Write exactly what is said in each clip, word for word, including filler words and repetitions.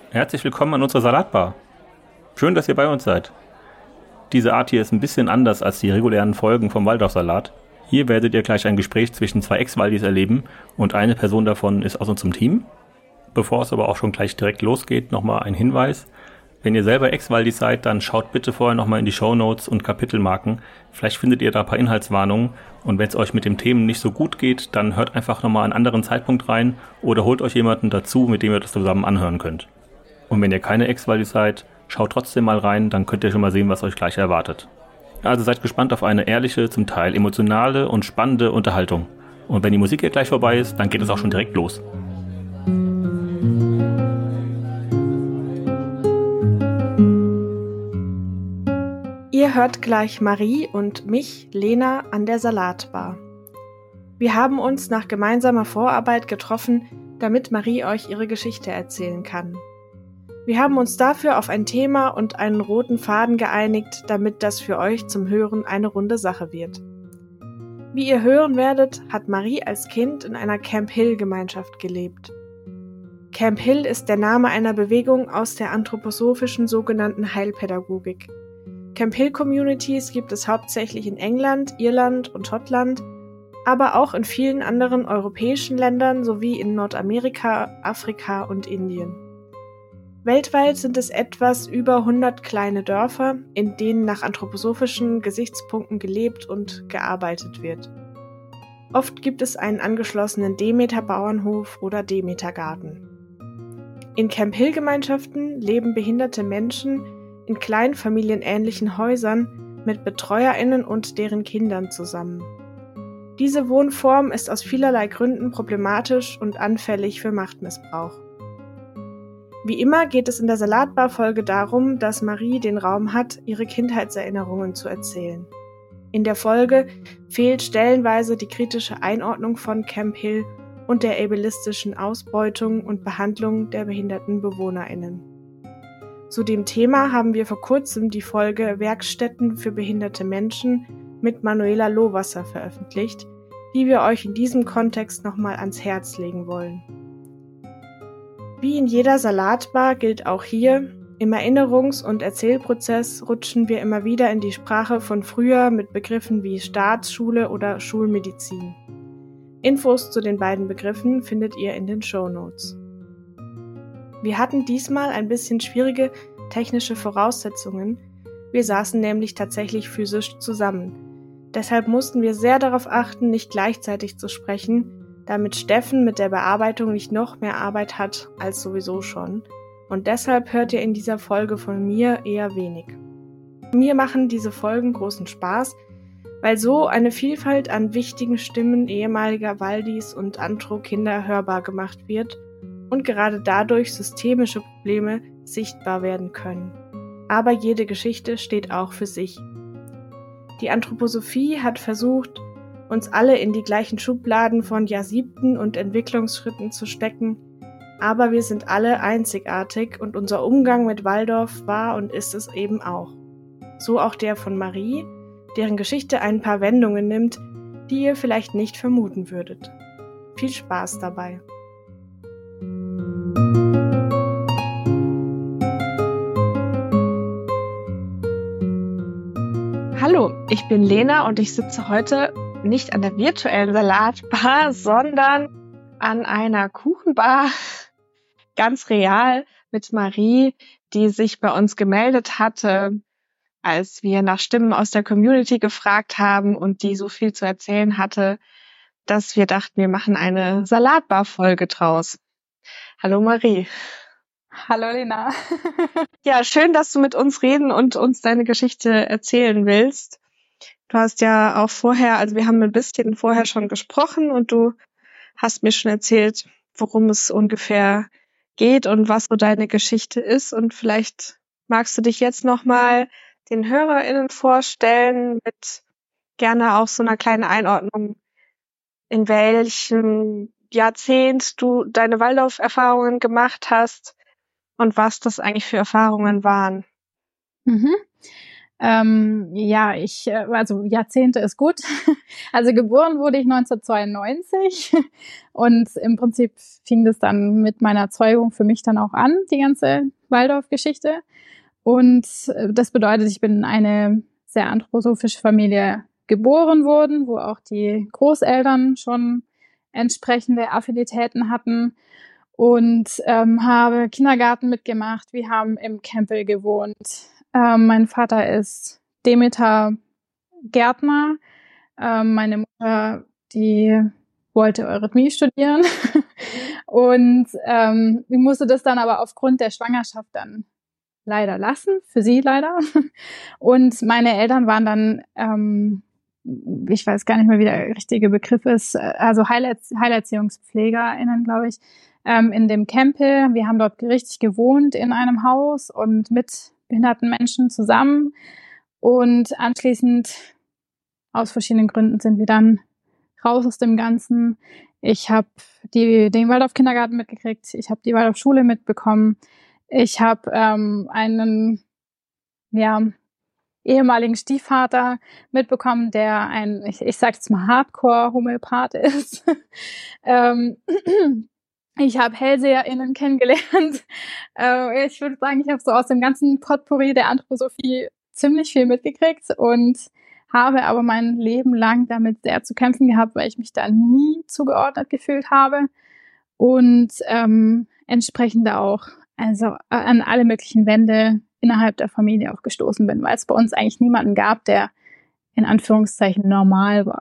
Herzlich willkommen an unserer Salatbar. Schön, dass ihr bei uns seid. Diese Art hier ist ein bisschen anders als die regulären Folgen vom Waldorfsalat. Hier werdet ihr gleich ein Gespräch zwischen zwei Ex-Waldis erleben und eine Person davon ist aus unserem Team. Bevor es aber auch schon gleich direkt losgeht, nochmal ein Hinweis. Wenn ihr selber Ex-Waldis seid, dann schaut bitte vorher nochmal in die Shownotes und Kapitelmarken. Vielleicht findet ihr da ein paar Inhaltswarnungen. Und wenn es euch mit dem Themen nicht so gut geht, dann hört einfach nochmal einen anderen Zeitpunkt rein oder holt euch jemanden dazu, mit dem ihr das zusammen anhören könnt. Und wenn ihr keine Ex-Waldis seid, schaut trotzdem mal rein, dann könnt ihr schon mal sehen, was euch gleich erwartet. Also seid gespannt auf eine ehrliche, zum Teil emotionale und spannende Unterhaltung. Und wenn die Musik hier gleich vorbei ist, dann geht es auch schon direkt los. Ihr hört gleich Marie und mich, Lena, an der Salatbar. Wir haben uns nach gemeinsamer Vorarbeit getroffen, damit Marie euch ihre Geschichte erzählen kann. Wir haben uns dafür auf ein Thema und einen roten Faden geeinigt, damit das für euch zum Hören eine runde Sache wird. Wie ihr hören werdet, hat Marie als Kind in einer Camp Hill-Gemeinschaft gelebt. Camp Hill ist der Name einer Bewegung aus der anthroposophischen sogenannten Heilpädagogik. Camp Hill Communities gibt es hauptsächlich in England, Irland und Schottland, aber auch in vielen anderen europäischen Ländern sowie in Nordamerika, Afrika und Indien. Weltweit sind es etwas über hundert kleine Dörfer, in denen nach anthroposophischen Gesichtspunkten gelebt und gearbeitet wird. Oft gibt es einen angeschlossenen Demeter-Bauernhof oder Demeter-Garten. In Camp Hill-Gemeinschaften leben behinderte Menschen in kleinen familienähnlichen Häusern mit BetreuerInnen und deren Kindern zusammen. Diese Wohnform ist aus vielerlei Gründen problematisch und anfällig für Machtmissbrauch. Wie immer geht es in der Salatbar-Folge darum, dass Marie den Raum hat, ihre Kindheitserinnerungen zu erzählen. In der Folge fehlt stellenweise die kritische Einordnung von Camp Hill und der ableistischen Ausbeutung und Behandlung der behinderten BewohnerInnen. Zu dem Thema haben wir vor kurzem die Folge Werkstätten für behinderte Menschen mit Manuela Lohwasser veröffentlicht, die wir euch in diesem Kontext nochmal ans Herz legen wollen. Wie in jeder Salatbar gilt auch hier, im Erinnerungs- und Erzählprozess rutschen wir immer wieder in die Sprache von früher mit Begriffen wie Staatsschule oder Schulmedizin. Infos zu den beiden Begriffen findet ihr in den Shownotes. Wir hatten diesmal ein bisschen schwierige technische Voraussetzungen. Wir saßen nämlich tatsächlich physisch zusammen. Deshalb mussten wir sehr darauf achten, nicht gleichzeitig zu sprechen, damit Steffen mit der Bearbeitung nicht noch mehr Arbeit hat als sowieso schon. Und deshalb hört ihr in dieser Folge von mir eher wenig. Mir machen diese Folgen großen Spaß, weil so eine Vielfalt an wichtigen Stimmen ehemaliger Waldis und Antro-Kinder hörbar gemacht wird und gerade dadurch systemische Probleme sichtbar werden können. Aber jede Geschichte steht auch für sich. Die Anthroposophie hat versucht, uns alle in die gleichen Schubladen von Jahrsiebten und Entwicklungsschritten zu stecken, aber wir sind alle einzigartig und unser Umgang mit Waldorf war und ist es eben auch. So auch der von Marie, deren Geschichte ein paar Wendungen nimmt, die ihr vielleicht nicht vermuten würdet. Viel Spaß dabei! Hallo, ich bin Lena und ich sitze heute nicht an der virtuellen Salatbar, sondern an einer Kuchenbar, ganz real, mit Marie, die sich bei uns gemeldet hatte, als wir nach Stimmen aus der Community gefragt haben und die so viel zu erzählen hatte, dass wir dachten, wir machen eine Salatbar-Folge draus. Hallo Marie. Hallo Lena. Ja, schön, dass du mit uns reden und uns deine Geschichte erzählen willst. Du hast ja auch vorher, also wir haben ein bisschen vorher schon gesprochen und du hast mir schon erzählt, worum es ungefähr geht und was so deine Geschichte ist. Und vielleicht magst du dich jetzt nochmal den HörerInnen vorstellen mit gerne auch so einer kleinen Einordnung, in welchem Jahrzehnt du deine Waldorf-Erfahrungen gemacht hast und was das eigentlich für Erfahrungen waren. Mhm. Ähm, ja, ich, also Jahrzehnte ist gut. Also geboren wurde ich neunzehnhundertzweiundneunzig und im Prinzip fing das dann mit meiner Zeugung für mich dann auch an, die ganze Waldorf-Geschichte. Und das bedeutet, ich bin in eine sehr anthroposophische Familie geboren worden, wo auch die Großeltern schon entsprechende Affinitäten hatten und ähm, habe Kindergarten mitgemacht. Wir haben im Campbell gewohnt. Ähm, mein Vater ist Demeter-Gärtner. Ähm, meine Mutter, die wollte Eurythmie studieren. Und ähm, ich musste das dann aber aufgrund der Schwangerschaft dann leider lassen, für sie leider. Und meine Eltern waren dann, ähm, ich weiß gar nicht mehr, wie der richtige Begriff ist, also Heilerzie- HeilerziehungspflegerInnen, glaube ich, ähm, in dem Campbell. Wir haben dort richtig gewohnt in einem Haus und mit behinderten Menschen zusammen. Und anschließend, aus verschiedenen Gründen, sind wir dann raus aus dem Ganzen. Ich habe die den Waldorf-Kindergarten mitgekriegt. Ich habe die Waldorf-Schule mitbekommen. Ich habe ähm, einen ja, ehemaligen Stiefvater mitbekommen, der ein, ich, ich sage jetzt mal Hardcore-Homöopath ist. ähm, ich habe HellseherInnen kennengelernt. Äh, ich würde sagen, ich habe so aus dem ganzen Potpourri der Anthroposophie ziemlich viel mitgekriegt und habe aber mein Leben lang damit sehr zu kämpfen gehabt, weil ich mich da nie zugeordnet gefühlt habe und ähm, entsprechend auch also an alle möglichen Wände innerhalb der Familie auch gestoßen bin, weil es bei uns eigentlich niemanden gab, der in Anführungszeichen normal war,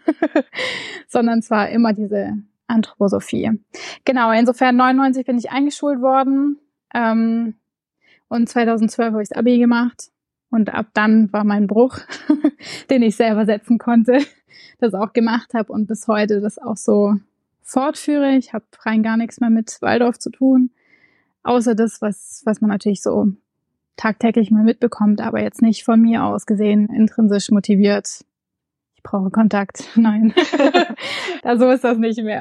sondern es war immer diese Anthroposophie. Genau, insofern neunundneunzig bin ich eingeschult worden ähm, und zweitausendzwölf habe ich das Abi gemacht und ab dann war mein Bruch, den ich selber setzen konnte, das auch gemacht habe und bis heute das auch so fortführe. Ich habe rein gar nichts mehr mit Waldorf zu tun, außer das, was was man natürlich so tagtäglich mal mitbekommt, aber jetzt nicht von mir aus gesehen intrinsisch motiviert. Ich brauche Kontakt. Nein, da so ist das nicht mehr.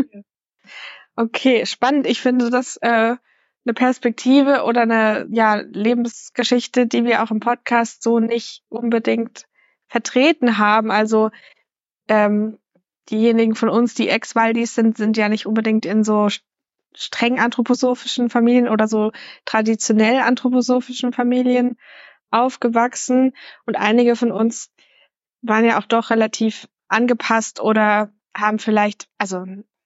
Okay, spannend. Ich finde das äh, eine Perspektive oder eine ja Lebensgeschichte, die wir auch im Podcast so nicht unbedingt vertreten haben. Also ähm, diejenigen von uns, die Ex-Waldis sind, sind ja nicht unbedingt in so streng anthroposophischen Familien oder so traditionell anthroposophischen Familien aufgewachsen. Und einige von uns waren ja auch doch relativ angepasst oder haben vielleicht, also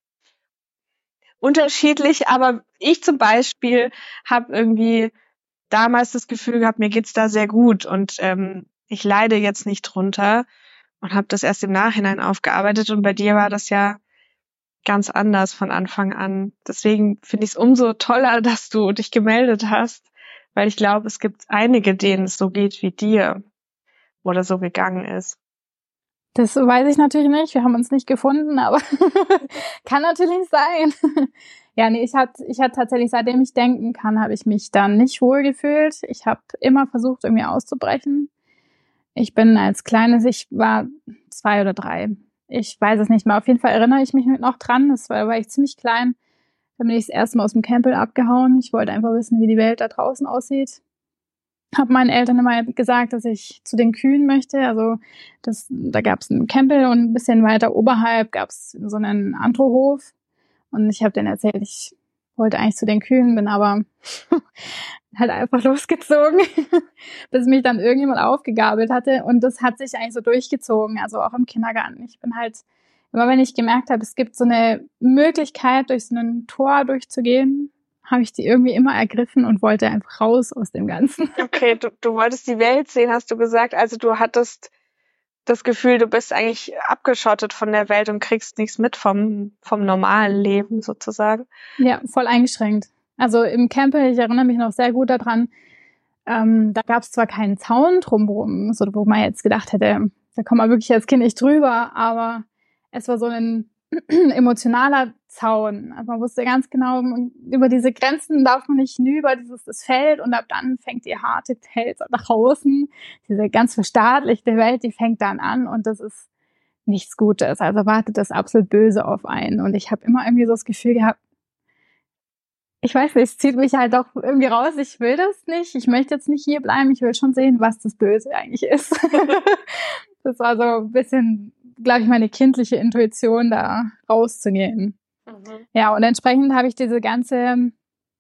unterschiedlich, aber ich zum Beispiel habe irgendwie damals das Gefühl gehabt, mir geht's da sehr gut und ähm, ich leide jetzt nicht drunter und habe das erst im Nachhinein aufgearbeitet und bei dir war das ja ganz anders von Anfang an. Deswegen finde ich es umso toller, dass du dich gemeldet hast, weil ich glaube, es gibt einige, denen es so geht wie dir oder so gegangen ist. Das weiß ich natürlich nicht. Wir haben uns nicht gefunden, aber kann natürlich sein. Ja, nee, ich hatte ich hatte tatsächlich, seitdem ich denken kann, habe ich mich dann nicht wohl gefühlt. Ich habe immer versucht, irgendwie auszubrechen. Ich bin als Kleines, ich war zwei oder drei. Ich weiß es nicht mehr. Auf jeden Fall erinnere ich mich noch dran. Das war, war ich ziemlich klein. Dann bin ich das erste Mal aus dem Campbell abgehauen. Ich wollte einfach wissen, wie die Welt da draußen aussieht. Habe meinen Eltern immer gesagt, dass ich zu den Kühen möchte. Also das, da gab es einen Campbell und ein bisschen weiter oberhalb gab es so einen Antrohof. Und ich habe denen erzählt, ich wollte eigentlich zu den Kühen, bin aber halt einfach losgezogen, bis mich dann irgendjemand aufgegabelt hatte. Und das hat sich eigentlich so durchgezogen, also auch im Kindergarten. Ich bin halt, immer wenn ich gemerkt habe, es gibt so eine Möglichkeit, durch so ein Tor durchzugehen, habe ich die irgendwie immer ergriffen und wollte einfach raus aus dem Ganzen. Okay, du, du wolltest die Welt sehen, hast du gesagt. Also du hattest das Gefühl, du bist eigentlich abgeschottet von der Welt und kriegst nichts mit vom, vom normalen Leben sozusagen. Ja, voll eingeschränkt. Also im Campbell, ich erinnere mich noch sehr gut daran, ähm, da gab es zwar keinen Zaun drumherum, so, wo man jetzt gedacht hätte, da kommt man wirklich als Kind nicht drüber, aber es war so ein emotionaler Zaun. Also man wusste ganz genau, über diese Grenzen darf man nicht hinüber, dieses das Feld und ab dann fängt die harte Welt nach außen. Diese ganz verstaatlichte Welt, die fängt dann an und das ist nichts Gutes. Also wartet das absolut Böse auf einen. Und ich habe immer irgendwie so das Gefühl gehabt, ich weiß nicht, es zieht mich halt doch irgendwie raus. Ich will das nicht. Ich möchte jetzt nicht hier bleiben. Ich will schon sehen, was das Böse eigentlich ist. Das war so ein bisschen, glaube ich, meine kindliche Intuition, da rauszugehen. Mhm. Ja, und entsprechend habe ich diese ganze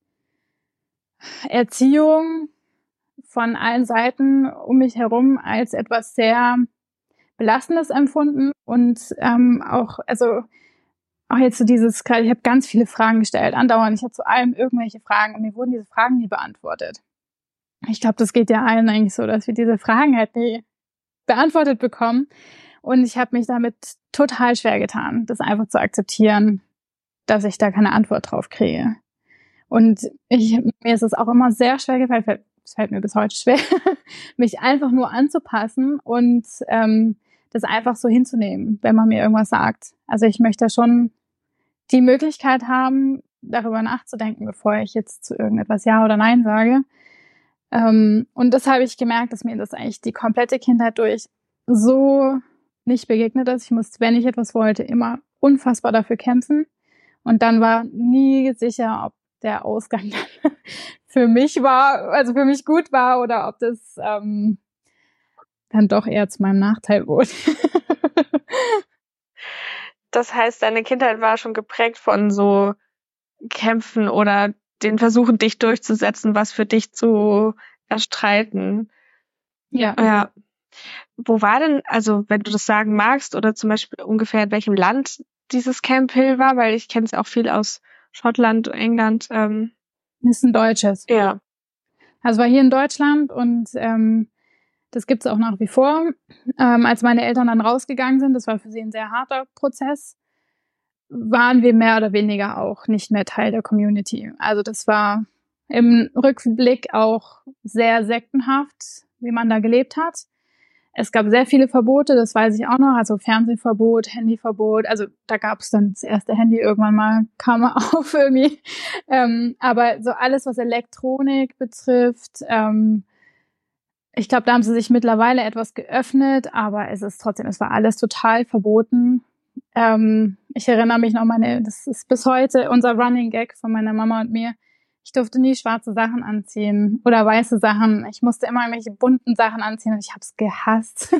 Erziehung von allen Seiten um mich herum als etwas sehr Belastendes empfunden und ähm, auch, also auch jetzt so dieses, ich habe ganz viele Fragen gestellt, andauernd, ich hatte zu allem irgendwelche Fragen und mir wurden diese Fragen nie beantwortet. Ich glaube, das geht ja allen eigentlich so, dass wir diese Fragen halt nie beantwortet bekommen und ich habe mich damit total schwer getan, das einfach zu akzeptieren, dass ich da keine Antwort drauf kriege. Und ich, mir ist es auch immer sehr schwer gefallen, es fällt mir bis heute schwer, mich einfach nur anzupassen und ähm, das einfach so hinzunehmen, wenn man mir irgendwas sagt. Also ich möchte schon die Möglichkeit haben, darüber nachzudenken, bevor ich jetzt zu irgendetwas Ja oder Nein sage. Ähm, und das habe ich gemerkt, dass mir das eigentlich die komplette Kindheit durch so nicht begegnet ist. Ich musste, wenn ich etwas wollte, immer unfassbar dafür kämpfen. Und dann war nie sicher, ob der Ausgang für mich war, also für mich gut war oder ob das ähm, dann doch eher zu meinem Nachteil wurde. Das heißt, deine Kindheit war schon geprägt von so Kämpfen oder den Versuchen, dich durchzusetzen, was für dich zu erstreiten. Ja. Ja. Wo war denn, also wenn du das sagen magst oder zum Beispiel ungefähr in welchem Land dieses Camp Hill war, weil ich kenne es auch viel aus Schottland, England. Ähm. Das ist ein deutsches. Ja. Also war hier in Deutschland und ähm, das gibt's auch nach wie vor. Ähm, als meine Eltern dann rausgegangen sind, das war für sie ein sehr harter Prozess, waren wir mehr oder weniger auch nicht mehr Teil der Community. Also das war im Rückblick auch sehr sektenhaft, wie man da gelebt hat. Es gab sehr viele Verbote, das weiß ich auch noch, also Fernsehverbot, Handyverbot, also da gab es dann das erste Handy irgendwann mal, kam auf irgendwie. Ähm, aber so alles, was Elektronik betrifft, ähm, ich glaube, da haben sie sich mittlerweile etwas geöffnet, aber es ist trotzdem, es war alles total verboten. Ähm, ich erinnere mich noch, meine, das ist bis heute unser Running Gag von meiner Mama und mir. Ich durfte nie schwarze Sachen anziehen oder weiße Sachen. Ich musste immer irgendwelche bunten Sachen anziehen und ich habe es gehasst.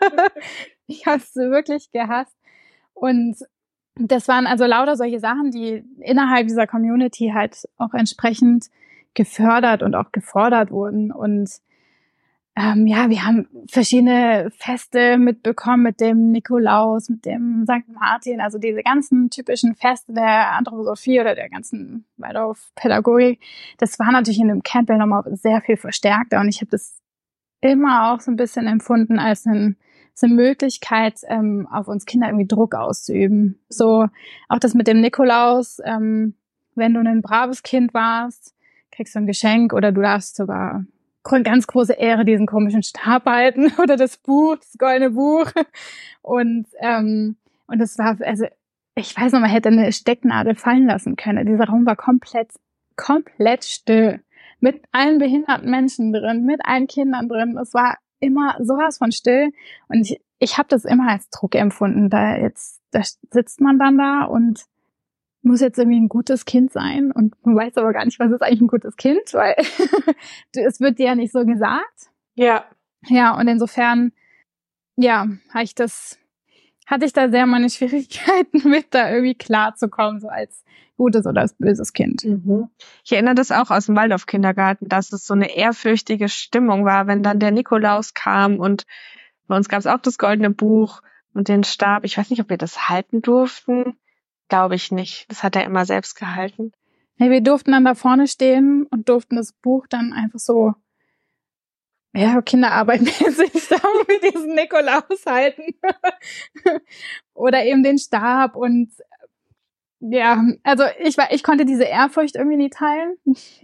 Ich habe es wirklich gehasst. Und das waren also lauter solche Sachen, die innerhalb dieser Community halt auch entsprechend gefördert und auch gefordert wurden. Und Ähm, ja, wir haben verschiedene Feste mitbekommen mit dem Nikolaus, mit dem Sankt Martin, also diese ganzen typischen Feste der Anthroposophie oder der ganzen Waldorf-Pädagogik. Das war natürlich in dem Campbell nochmal sehr viel verstärkter und ich habe das immer auch so ein bisschen empfunden als ein, als eine Möglichkeit, ähm, auf uns Kinder irgendwie Druck auszuüben. So auch das mit dem Nikolaus, ähm, wenn du ein braves Kind warst, kriegst du ein Geschenk oder du darfst sogar ganz große Ehre diesen komischen Stab halten oder das Buch, das goldene Buch. Und ähm, und das war, also ich weiß noch, man hätte eine Stecknadel fallen lassen können. Dieser Raum war komplett, komplett still. Mit allen behinderten Menschen drin, mit allen Kindern drin. Es war immer sowas von still. Und ich, ich habe das immer als Druck empfunden. Da jetzt, da sitzt man dann da und muss jetzt irgendwie ein gutes Kind sein und man weiß aber gar nicht, was ist eigentlich ein gutes Kind, weil es wird dir ja nicht so gesagt. Ja. Ja, und insofern, ja, habe ich das, hatte ich da sehr meine Schwierigkeiten mit, da irgendwie klarzukommen, so als gutes oder als böses Kind. Mhm. Ich erinnere das auch aus dem Waldorf-Kindergarten, dass es so eine ehrfürchtige Stimmung war, wenn dann der Nikolaus kam und bei uns gab es auch das goldene Buch und den Stab. Ich weiß nicht, ob wir das halten durften. Glaube ich nicht. Das hat er immer selbst gehalten. Nee, wir durften dann da vorne stehen und durften das Buch dann einfach so, ja, kinderarbeitmäßig da mit diesem Nikolaus halten. Oder eben den Stab und ja, also ich war, ich konnte diese Ehrfurcht irgendwie nie teilen.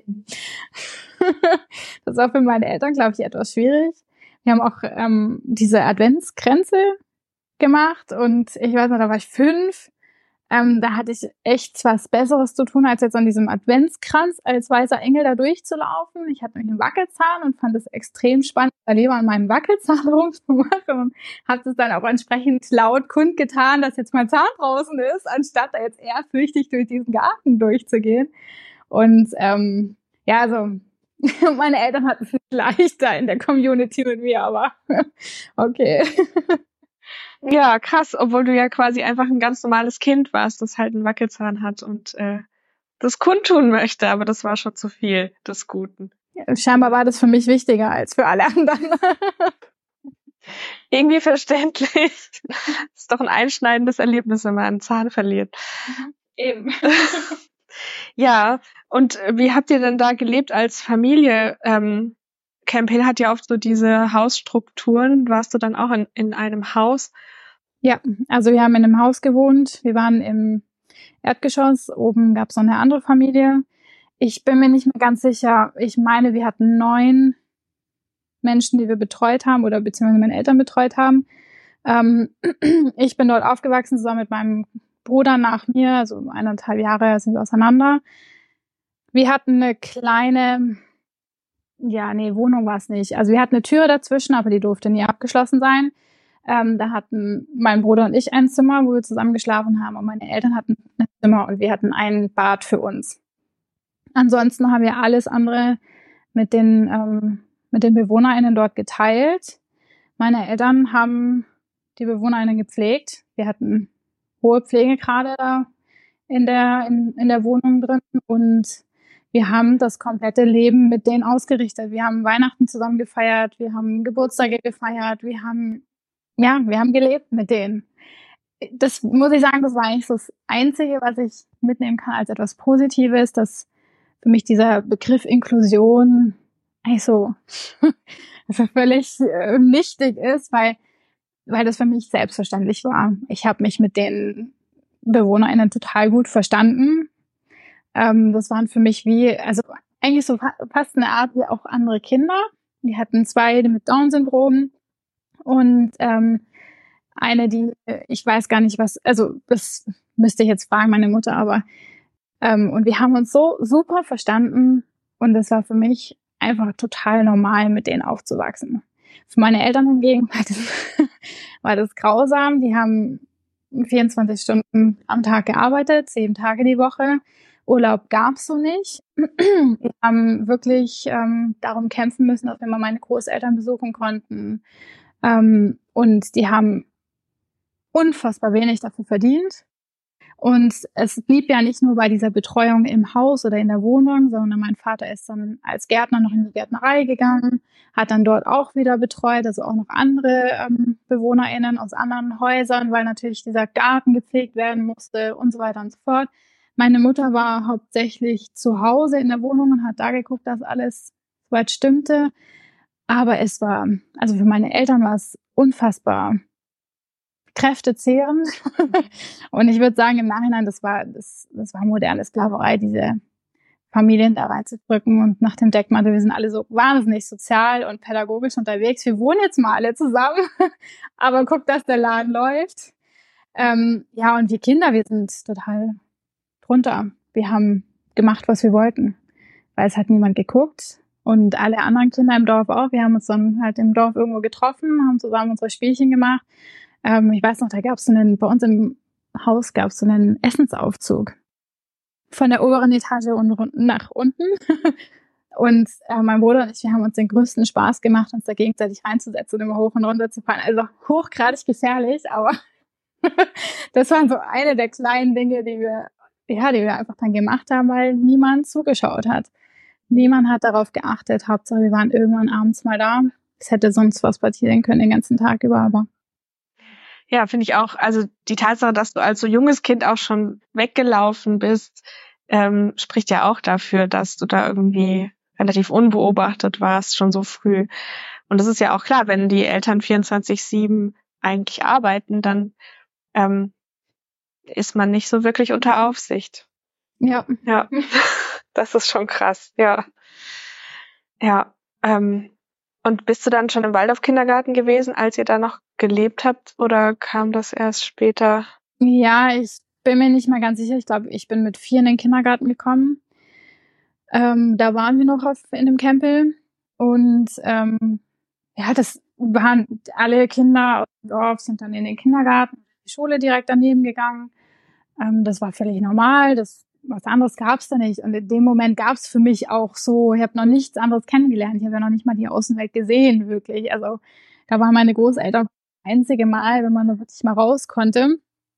Das war für meine Eltern, glaube ich, etwas schwierig. Wir haben auch ähm, diese Adventskränze gemacht und ich weiß noch, da war ich fünf. Ähm, da hatte ich echt was Besseres zu tun, als jetzt an diesem Adventskranz als weißer Engel da durchzulaufen. Ich hatte nämlich einen Wackelzahn und fand es extrem spannend, da lieber an meinem Wackelzahn rumzumachen und habe es dann auch entsprechend laut kundgetan, dass jetzt mein Zahn draußen ist, anstatt da jetzt ehrfürchtig durch diesen Garten durchzugehen. Und ähm, ja, also meine Eltern hatten es leichter in der Community mit mir, aber okay. Ja, krass, obwohl du ja quasi einfach ein ganz normales Kind warst, das halt einen Wackelzahn hat und äh, das kundtun möchte, aber das war schon zu viel des Guten. Ja, scheinbar war das für mich wichtiger als für alle anderen. Irgendwie verständlich. Das ist doch ein einschneidendes Erlebnis, wenn man einen Zahn verliert. Mhm. Eben. Ja, und wie habt ihr denn da gelebt als Familie? Ähm, Camp Hill hat ja oft so diese Hausstrukturen. Warst du dann auch in, in einem Haus? Ja, also wir haben in einem Haus gewohnt. Wir waren im Erdgeschoss. Oben gab es noch eine andere Familie. Ich bin mir nicht mehr ganz sicher. Ich meine, wir hatten neun Menschen, die wir betreut haben oder beziehungsweise meine Eltern betreut haben. Ähm, ich bin dort aufgewachsen zusammen mit meinem Bruder nach mir, also eineinhalb Jahre sind wir auseinander. Wir hatten eine kleine, ja, nee, Wohnung war es nicht. Also wir hatten eine Tür dazwischen, aber die durfte nie abgeschlossen sein. Ähm, da hatten mein Bruder und ich ein Zimmer, wo wir zusammen geschlafen haben und meine Eltern hatten ein Zimmer und wir hatten ein Bad für uns. Ansonsten haben wir alles andere mit den, ähm, mit den BewohnerInnen dort geteilt. Meine Eltern haben die BewohnerInnen gepflegt. Wir hatten hohe Pflegegrade da in der, in, in der Wohnung drin und wir haben das komplette Leben mit denen ausgerichtet. Wir haben Weihnachten zusammen gefeiert, wir haben Geburtstage gefeiert, wir haben, ja, wir haben gelebt mit denen. Das muss ich sagen, das war eigentlich so das Einzige, was ich mitnehmen kann als etwas Positives, dass für mich dieser Begriff Inklusion eigentlich so völlig äh, nichtig ist, weil weil das für mich selbstverständlich war. Ich habe mich mit den BewohnerInnen total gut verstanden. Ähm, das waren für mich wie, also eigentlich so fast eine Art wie auch andere Kinder. Die hatten zwei mit Down-Syndrom und ähm, eine, die, ich weiß gar nicht was, also das müsste ich jetzt fragen, meine Mutter, aber ähm, und wir haben uns so super verstanden und das war für mich einfach total normal, mit denen aufzuwachsen. Für meine Eltern hingegen war das, war das grausam. Die haben vierundzwanzig Stunden am Tag gearbeitet, sieben Tage die Woche. Urlaub gab's so nicht. Wir haben wirklich ähm, darum kämpfen müssen, dass wir mal meine Großeltern besuchen konnten. Ähm, und die haben unfassbar wenig dafür verdient. Und es blieb ja nicht nur bei dieser Betreuung im Haus oder in der Wohnung, sondern mein Vater ist dann als Gärtner noch in die Gärtnerei gegangen, hat dann dort auch wieder betreut, also auch noch andere ähm, BewohnerInnen aus anderen Häusern, weil natürlich dieser Garten gepflegt werden musste und so weiter und so fort. Meine Mutter war hauptsächlich zu Hause in der Wohnung und hat da geguckt, dass alles soweit stimmte. Aber es war, also für meine Eltern war es unfassbar kräftezehrend. Und ich würde sagen, im Nachhinein, das war, das, das war moderne Sklaverei, diese Familien da reinzudrücken und nach dem Deckmantel, wir sind alle so wahnsinnig sozial und pädagogisch unterwegs. Wir wohnen jetzt mal alle zusammen, aber guck, dass der Laden läuft. Ähm, ja, und wir Kinder, wir sind total drunter. Wir haben gemacht, was wir wollten, weil es hat niemand geguckt. Und alle anderen Kinder im Dorf auch. Wir haben uns dann halt im Dorf irgendwo getroffen, haben zusammen unsere Spielchen gemacht. Ähm, ich weiß noch, da gab es so einen, bei uns im Haus gab es so einen Essensaufzug von der oberen Etage und nach unten. Und äh, mein Bruder und ich, wir haben uns den größten Spaß gemacht, uns da gegenseitig reinzusetzen und immer hoch und runter zu fahren. Also hochgradig gefährlich, aber das waren so eine der kleinen Dinge, die wir, ja, die wir einfach dann gemacht haben, weil niemand zugeschaut hat. Niemand hat darauf geachtet. Hauptsache, wir waren irgendwann abends mal da. Es hätte sonst was passieren können den ganzen Tag über, aber ja, finde ich auch. Also die Tatsache, dass du als so junges Kind auch schon weggelaufen bist, ähm, spricht ja auch dafür, dass du da irgendwie relativ unbeobachtet warst, schon so früh. Und das ist ja auch klar, wenn die Eltern vierundzwanzig sieben eigentlich arbeiten, dann ähm, ist man nicht so wirklich unter Aufsicht. Ja. Ja, das ist schon krass, ja. Ja, ähm, und bist du dann schon im Waldorf-Kindergarten gewesen, als ihr da noch gelebt habt, oder kam das erst später? Ja, ich bin mir nicht mal ganz sicher. Ich glaube, ich bin mit vier in den Kindergarten gekommen. Ähm, da waren wir noch auf, in dem Campbell. Und ähm, ja, das waren alle Kinder aus dem Dorf, sind dann in den Kindergarten, die Schule direkt daneben gegangen. Ähm, das war völlig normal. Das was anderes gab's da nicht. Und in dem Moment gab's für mich auch so, ich habe noch nichts anderes kennengelernt. Ich habe ja noch nicht mal die Außenwelt gesehen, wirklich. Also da waren meine Großeltern das einzige Mal, wenn man da wirklich mal raus konnte.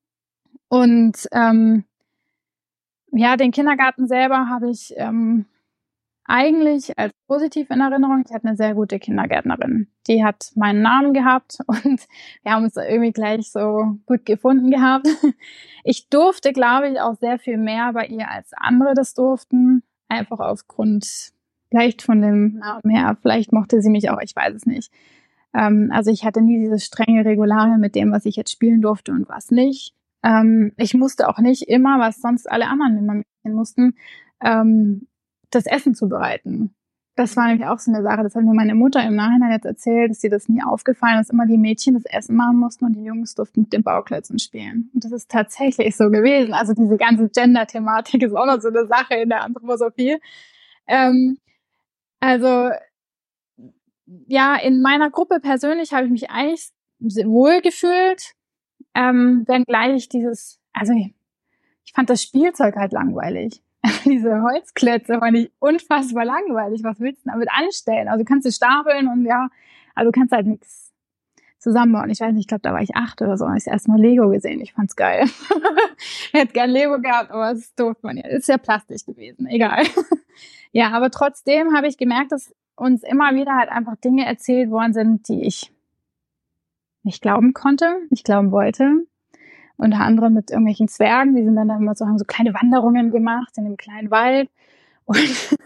Und ähm, ja, den Kindergarten selber habe ich ähm, eigentlich als positiv in Erinnerung. Ich hatte eine sehr gute Kindergärtnerin. Die hat meinen Namen gehabt und wir haben uns irgendwie gleich so gut gefunden gehabt. Ich durfte, glaube ich, auch sehr viel mehr bei ihr als andere das durften. Einfach aufgrund vielleicht von dem Namen her. Vielleicht mochte sie mich auch, ich weiß es nicht. Ähm, also ich hatte nie diese strenge Regularien mit dem, was ich jetzt spielen durfte und was nicht. Ähm, ich musste auch nicht immer, was sonst alle anderen immer mitgehen mussten, ähm, das Essen zubereiten. Das war nämlich auch so eine Sache, das hat mir meine Mutter im Nachhinein jetzt erzählt, dass ihr das nie aufgefallen ist, dass immer die Mädchen das Essen machen mussten und die Jungs durften mit den Bauklötzen spielen. Und das ist tatsächlich so gewesen. Also diese ganze Gender-Thematik ist auch noch so eine Sache in der Anthroposophie. Ähm, also ja, in meiner Gruppe persönlich habe ich mich eigentlich wohl gefühlt, ähm, wenngleich dieses, also ich, ich fand das Spielzeug halt langweilig. Diese Holzklötze fand ich unfassbar langweilig. Was willst du damit anstellen? Also du kannst es stapeln und ja, also du kannst halt nichts zusammenbauen. Ich weiß nicht, ich glaube, da war ich acht oder so, habe ich das erste Mal Lego gesehen. Ich fand's geil. Ich hätte gern Lego gehabt, aber das durfte man ja. Ist ja plastisch gewesen, egal. Ja, aber trotzdem habe ich gemerkt, dass uns immer wieder halt einfach Dinge erzählt worden sind, die ich nicht glauben konnte, nicht glauben wollte. Unter anderem mit irgendwelchen Zwergen, die sind dann, dann immer so, haben so kleine Wanderungen gemacht in dem kleinen Wald. Und,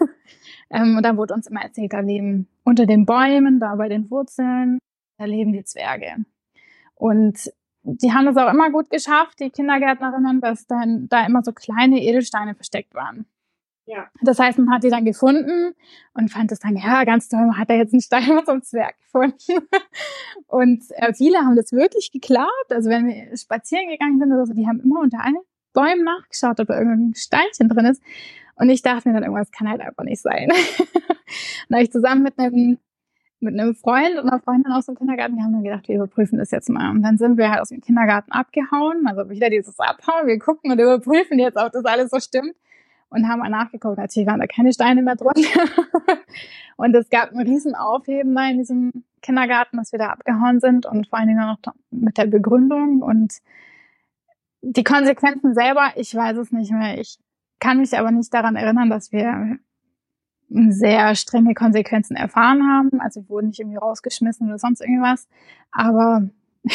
ähm, und dann wurde uns immer erzählt, da leben unter den Bäumen, da bei den Wurzeln, da leben die Zwerge. Und die haben es auch immer gut geschafft, die Kindergärtnerinnen, dass dann da immer so kleine Edelsteine versteckt waren. Ja. Das heißt, man hat die dann gefunden und fand es dann, ja, ganz toll, man hat da jetzt einen Stein mit so einem Zwerg gefunden. Und äh, viele haben das wirklich geglaubt. Also wenn wir spazieren gegangen sind oder so, die haben immer unter allen Bäumen nachgeschaut, ob da irgendein Steinchen drin ist. Und ich dachte mir dann, irgendwas kann halt einfach nicht sein. Und da habe ich zusammen mit einem mit einem Freund und einer Freundin aus dem Kindergarten, die haben dann gedacht, wir überprüfen das jetzt mal. Und dann sind wir halt aus dem Kindergarten abgehauen, also wieder dieses Abhauen, wir gucken und überprüfen jetzt, ob das alles so stimmt. Und haben mal nachgeguckt, natürlich waren da keine Steine mehr drunter. Und es gab einen riesen Aufheben da in diesem Kindergarten, dass wir da abgehauen sind und vor allen Dingen noch mit der Begründung und die Konsequenzen selber, ich weiß es nicht mehr. Ich kann mich aber nicht daran erinnern, dass wir sehr strenge Konsequenzen erfahren haben. Also wir wurden nicht irgendwie rausgeschmissen oder sonst irgendwas. Aber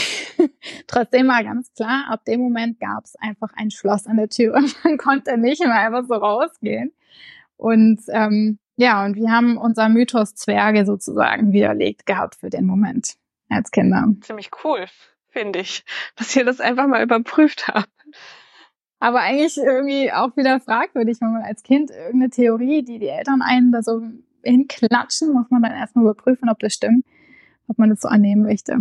trotzdem war ganz klar, ab dem Moment gab es einfach ein Schloss an der Tür und man konnte nicht mehr einfach so rausgehen. Und ähm, ja, und wir haben unser Mythos Zwerge sozusagen widerlegt gehabt für den Moment als Kinder. Ziemlich cool, finde ich, dass ihr das einfach mal überprüft habt. Aber eigentlich irgendwie auch wieder fragwürdig, wenn man als Kind irgendeine Theorie, die die Eltern einen da so hinklatschen, muss man dann erstmal überprüfen, ob das stimmt, ob man das so annehmen möchte.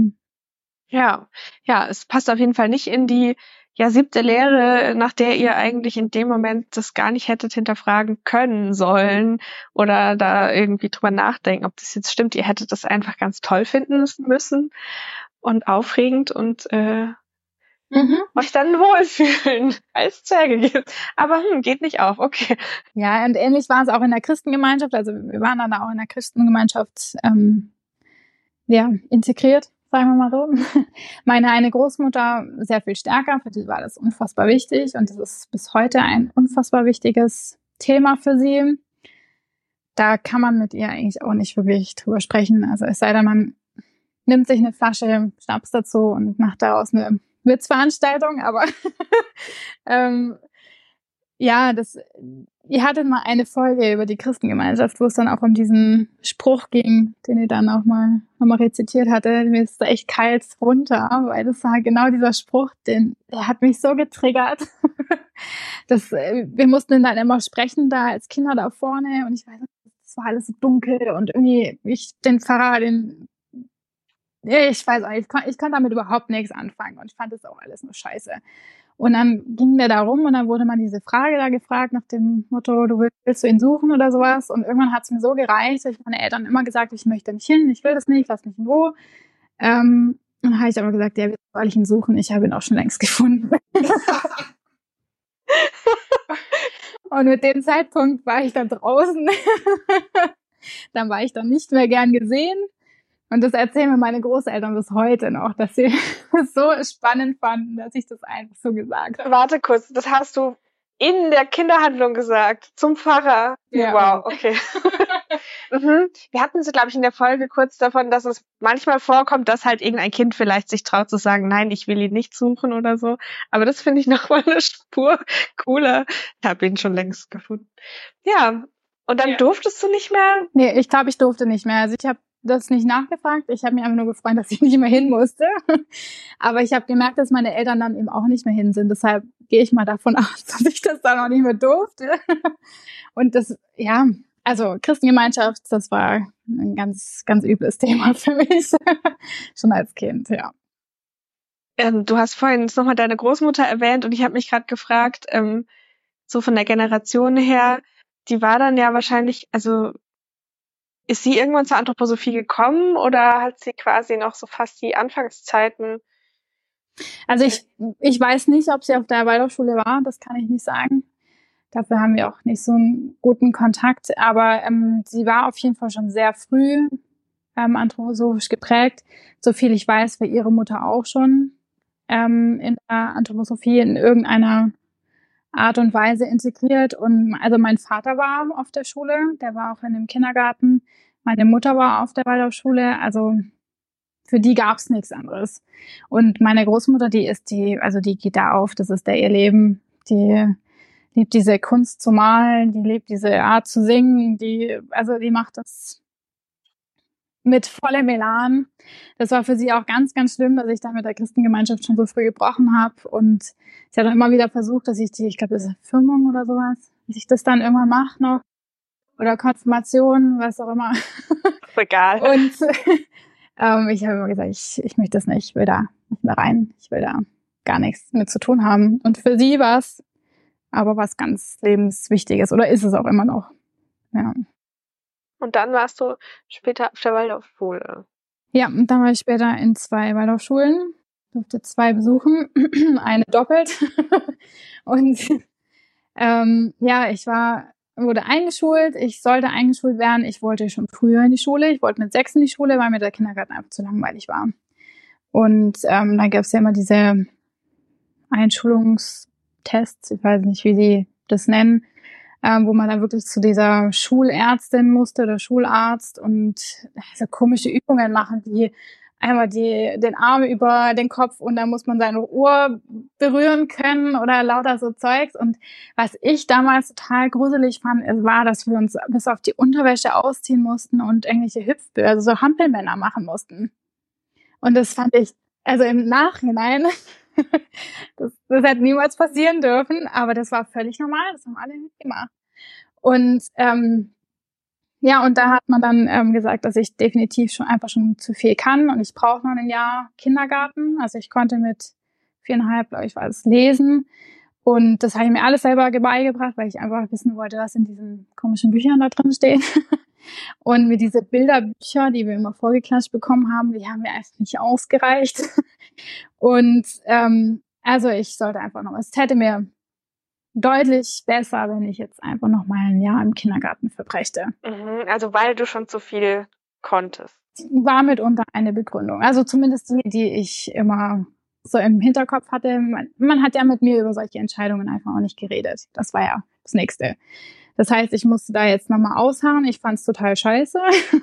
Ja, ja, es passt auf jeden Fall nicht in die ja siebte Lehre, nach der ihr eigentlich in dem Moment das gar nicht hättet hinterfragen können sollen oder da irgendwie drüber nachdenken, ob das jetzt stimmt. Ihr hättet das einfach ganz toll finden müssen und aufregend und äh, mhm. euch dann wohlfühlen, als Zwerge gibt. Aber hm, geht nicht auf, okay. Ja, und ähnlich war es auch in der Christengemeinschaft. Also wir waren dann auch in der Christengemeinschaft ähm, ja integriert. Sagen wir mal so. Meine eine Großmutter sehr viel stärker, für die war das unfassbar wichtig und das ist bis heute ein unfassbar wichtiges Thema für sie. Da kann man mit ihr eigentlich auch nicht wirklich drüber sprechen. Also es sei denn, man nimmt sich eine Flasche Schnaps dazu und macht daraus eine Witzveranstaltung, aber ähm, ja, das, ihr hattet mal eine Folge über die Christengemeinschaft, wo es dann auch um diesen Spruch ging, den ihr dann auch mal nochmal rezitiert hatte. Mir ist da echt kalt runter, weil das war genau dieser Spruch, den, der hat mich so getriggert. Das, wir mussten dann immer sprechen da als Kinder da vorne und ich weiß nicht, es war alles so dunkel und irgendwie ich den Pfarrer, den ich weiß auch nicht, ich, kon, ich konnte damit überhaupt nichts anfangen und ich fand das auch alles nur scheiße. Und dann ging der da rum und dann wurde man diese Frage da gefragt nach dem Motto, du willst, willst du ihn suchen oder sowas? Und irgendwann hat es mir so gereicht, dass ich meine Eltern immer gesagt, ich möchte nicht hin, ich will das nicht, lass mich in Ruhe. Ähm, und dann habe ich aber gesagt, ja, wie soll ich ihn suchen? Ich habe ihn auch schon längst gefunden. Und mit dem Zeitpunkt war ich dann draußen. Dann war ich dann nicht mehr gern gesehen. Und das erzählen mir meine Großeltern bis heute noch, dass sie es so spannend fanden, dass ich das einfach so gesagt habe. Warte kurz, das hast du in der Kinderhandlung gesagt, zum Pfarrer. Ja. Wow, okay. mhm. Wir hatten es, glaube ich, in der Folge kurz davon, dass es manchmal vorkommt, dass halt irgendein Kind vielleicht sich traut zu sagen, nein, ich will ihn nicht suchen oder so. Aber das finde ich nochmal eine Spur cooler. Ich habe ihn schon längst gefunden. Ja, und dann ja. durftest du nicht mehr? Nee, ich glaube, ich durfte nicht mehr. Also ich habe das nicht nachgefragt. Ich habe mich einfach nur gefreut, dass ich nicht mehr hin musste. Aber ich habe gemerkt, dass meine Eltern dann eben auch nicht mehr hin sind. Deshalb gehe ich mal davon aus, dass ich das dann auch nicht mehr durfte. Und das, ja, also Christengemeinschaft, das war ein ganz, ganz übles Thema für mich. Schon als Kind, ja. Ähm, du hast vorhin nochmal deine Großmutter erwähnt und ich habe mich gerade gefragt, ähm, so von der Generation her, die war dann ja wahrscheinlich, also ist sie irgendwann zur Anthroposophie gekommen oder hat sie quasi noch so fast die Anfangszeiten? Also ich, ich weiß nicht, ob sie auf der Waldorfschule war, das kann ich nicht sagen. Dafür haben wir auch nicht so einen guten Kontakt, aber ähm, sie war auf jeden Fall schon sehr früh ähm, anthroposophisch geprägt. So viel ich weiß, war ihre Mutter auch schon ähm, in der Anthroposophie in irgendeiner Art und Weise integriert. Und also mein Vater war auf der Schule, der war auch in dem Kindergarten. Meine Mutter war auf der Waldorfschule, also für die gab's nichts anderes. Und meine Großmutter, die ist die, also die geht da auf, das ist da ihr Leben. Die liebt diese Kunst zu malen, die liebt diese Art zu singen, die, also die macht das mit vollem Elan. Das war für sie auch ganz, ganz schlimm, dass ich da mit der Christengemeinschaft schon so früh gebrochen habe. Und sie hat auch immer wieder versucht, dass ich die, ich glaube, das ist Firmung oder sowas, dass ich das dann irgendwann mache noch. Oder Konfirmation, was auch immer. Egal. Und ähm, ich habe immer gesagt, ich, ich möchte das nicht, ich will da nicht mehr rein. Ich will da gar nichts mit zu tun haben. Und für sie war es aber was ganz Lebenswichtiges. Oder ist es auch immer noch. Ja. Und dann warst du später auf der Waldorfschule. Ja, und dann war ich später in zwei Waldorfschulen, durfte zwei besuchen, eine doppelt. Und ähm, ja, ich war, wurde eingeschult, ich sollte eingeschult werden. Ich wollte schon früher in die Schule, ich wollte mit sechs in die Schule, weil mir der Kindergarten einfach zu langweilig war. Und ähm, dann gab es ja immer diese Einschulungstests, ich weiß nicht, wie die das nennen, Ähm, wo man dann wirklich zu dieser Schulärztin musste oder Schularzt und so komische Übungen machen, wie einmal die, den Arm über den Kopf und dann muss man seine Ohr berühren können oder lauter so Zeugs. Und was ich damals total gruselig fand, war, dass wir uns bis auf die Unterwäsche ausziehen mussten und irgendwelche Hüpfbögen, also so Hampelmänner machen mussten. Und das fand ich, also im Nachhinein, das, das hätte niemals passieren dürfen, aber das war völlig normal, das haben alle mitgemacht. Und ähm, ja, und da hat man dann ähm, gesagt, dass ich definitiv schon einfach schon zu viel kann und ich brauche noch ein Jahr Kindergarten. Also ich konnte mit viereinhalb, glaube ich, war es lesen und das habe ich mir alles selber beigebracht, weil ich einfach wissen wollte, was in diesen komischen Büchern da drin stehen. Und mir diese Bilderbücher, die wir immer vorgeklatscht bekommen haben, die haben mir einfach nicht ausgereicht. Und ähm, also ich sollte einfach noch, es hätte mir deutlich besser, wenn ich jetzt einfach noch mal ein Jahr im Kindergarten verbrächte. Mhm, also weil du schon zu viel konntest. War mitunter eine Begründung. Also zumindest die, die ich immer so im Hinterkopf hatte. Man, man hat ja mit mir über solche Entscheidungen einfach auch nicht geredet. Das war ja das Nächste. Das heißt, ich musste da jetzt nochmal ausharren. Ich fand es total scheiße.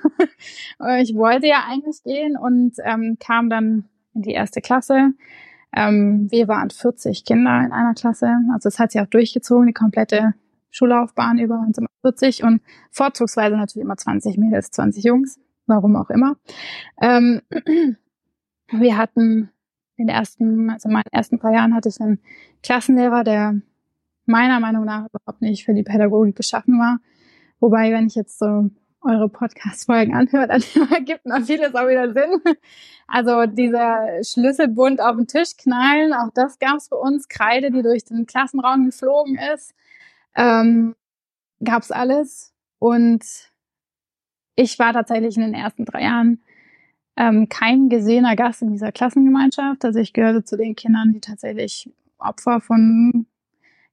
Ich wollte ja eigentlich gehen und ähm, kam dann in die erste Klasse. Ähm, wir waren vierzig Kinder in einer Klasse. Also es hat sich auch durchgezogen, die komplette Schullaufbahn über uns immer vierzig und vorzugsweise natürlich immer zwanzig Mädels, zwanzig Jungs. Warum auch immer. Ähm, wir hatten in den ersten, also in meinen ersten paar Jahren hatte ich einen Klassenlehrer, der meiner Meinung nach überhaupt nicht für die Pädagogik geschaffen war. Wobei, wenn ich jetzt so eure Podcast-Folgen anhöre, dann ergibt noch vieles auch wieder Sinn. Also dieser Schlüsselbund auf den Tisch knallen, auch das gab es bei uns. Kreide, die durch den Klassenraum geflogen ist, ähm, gab es alles. Und ich war tatsächlich in den ersten drei Jahren ähm, kein gesehener Gast in dieser Klassengemeinschaft. Also ich gehörte zu den Kindern, die tatsächlich Opfer von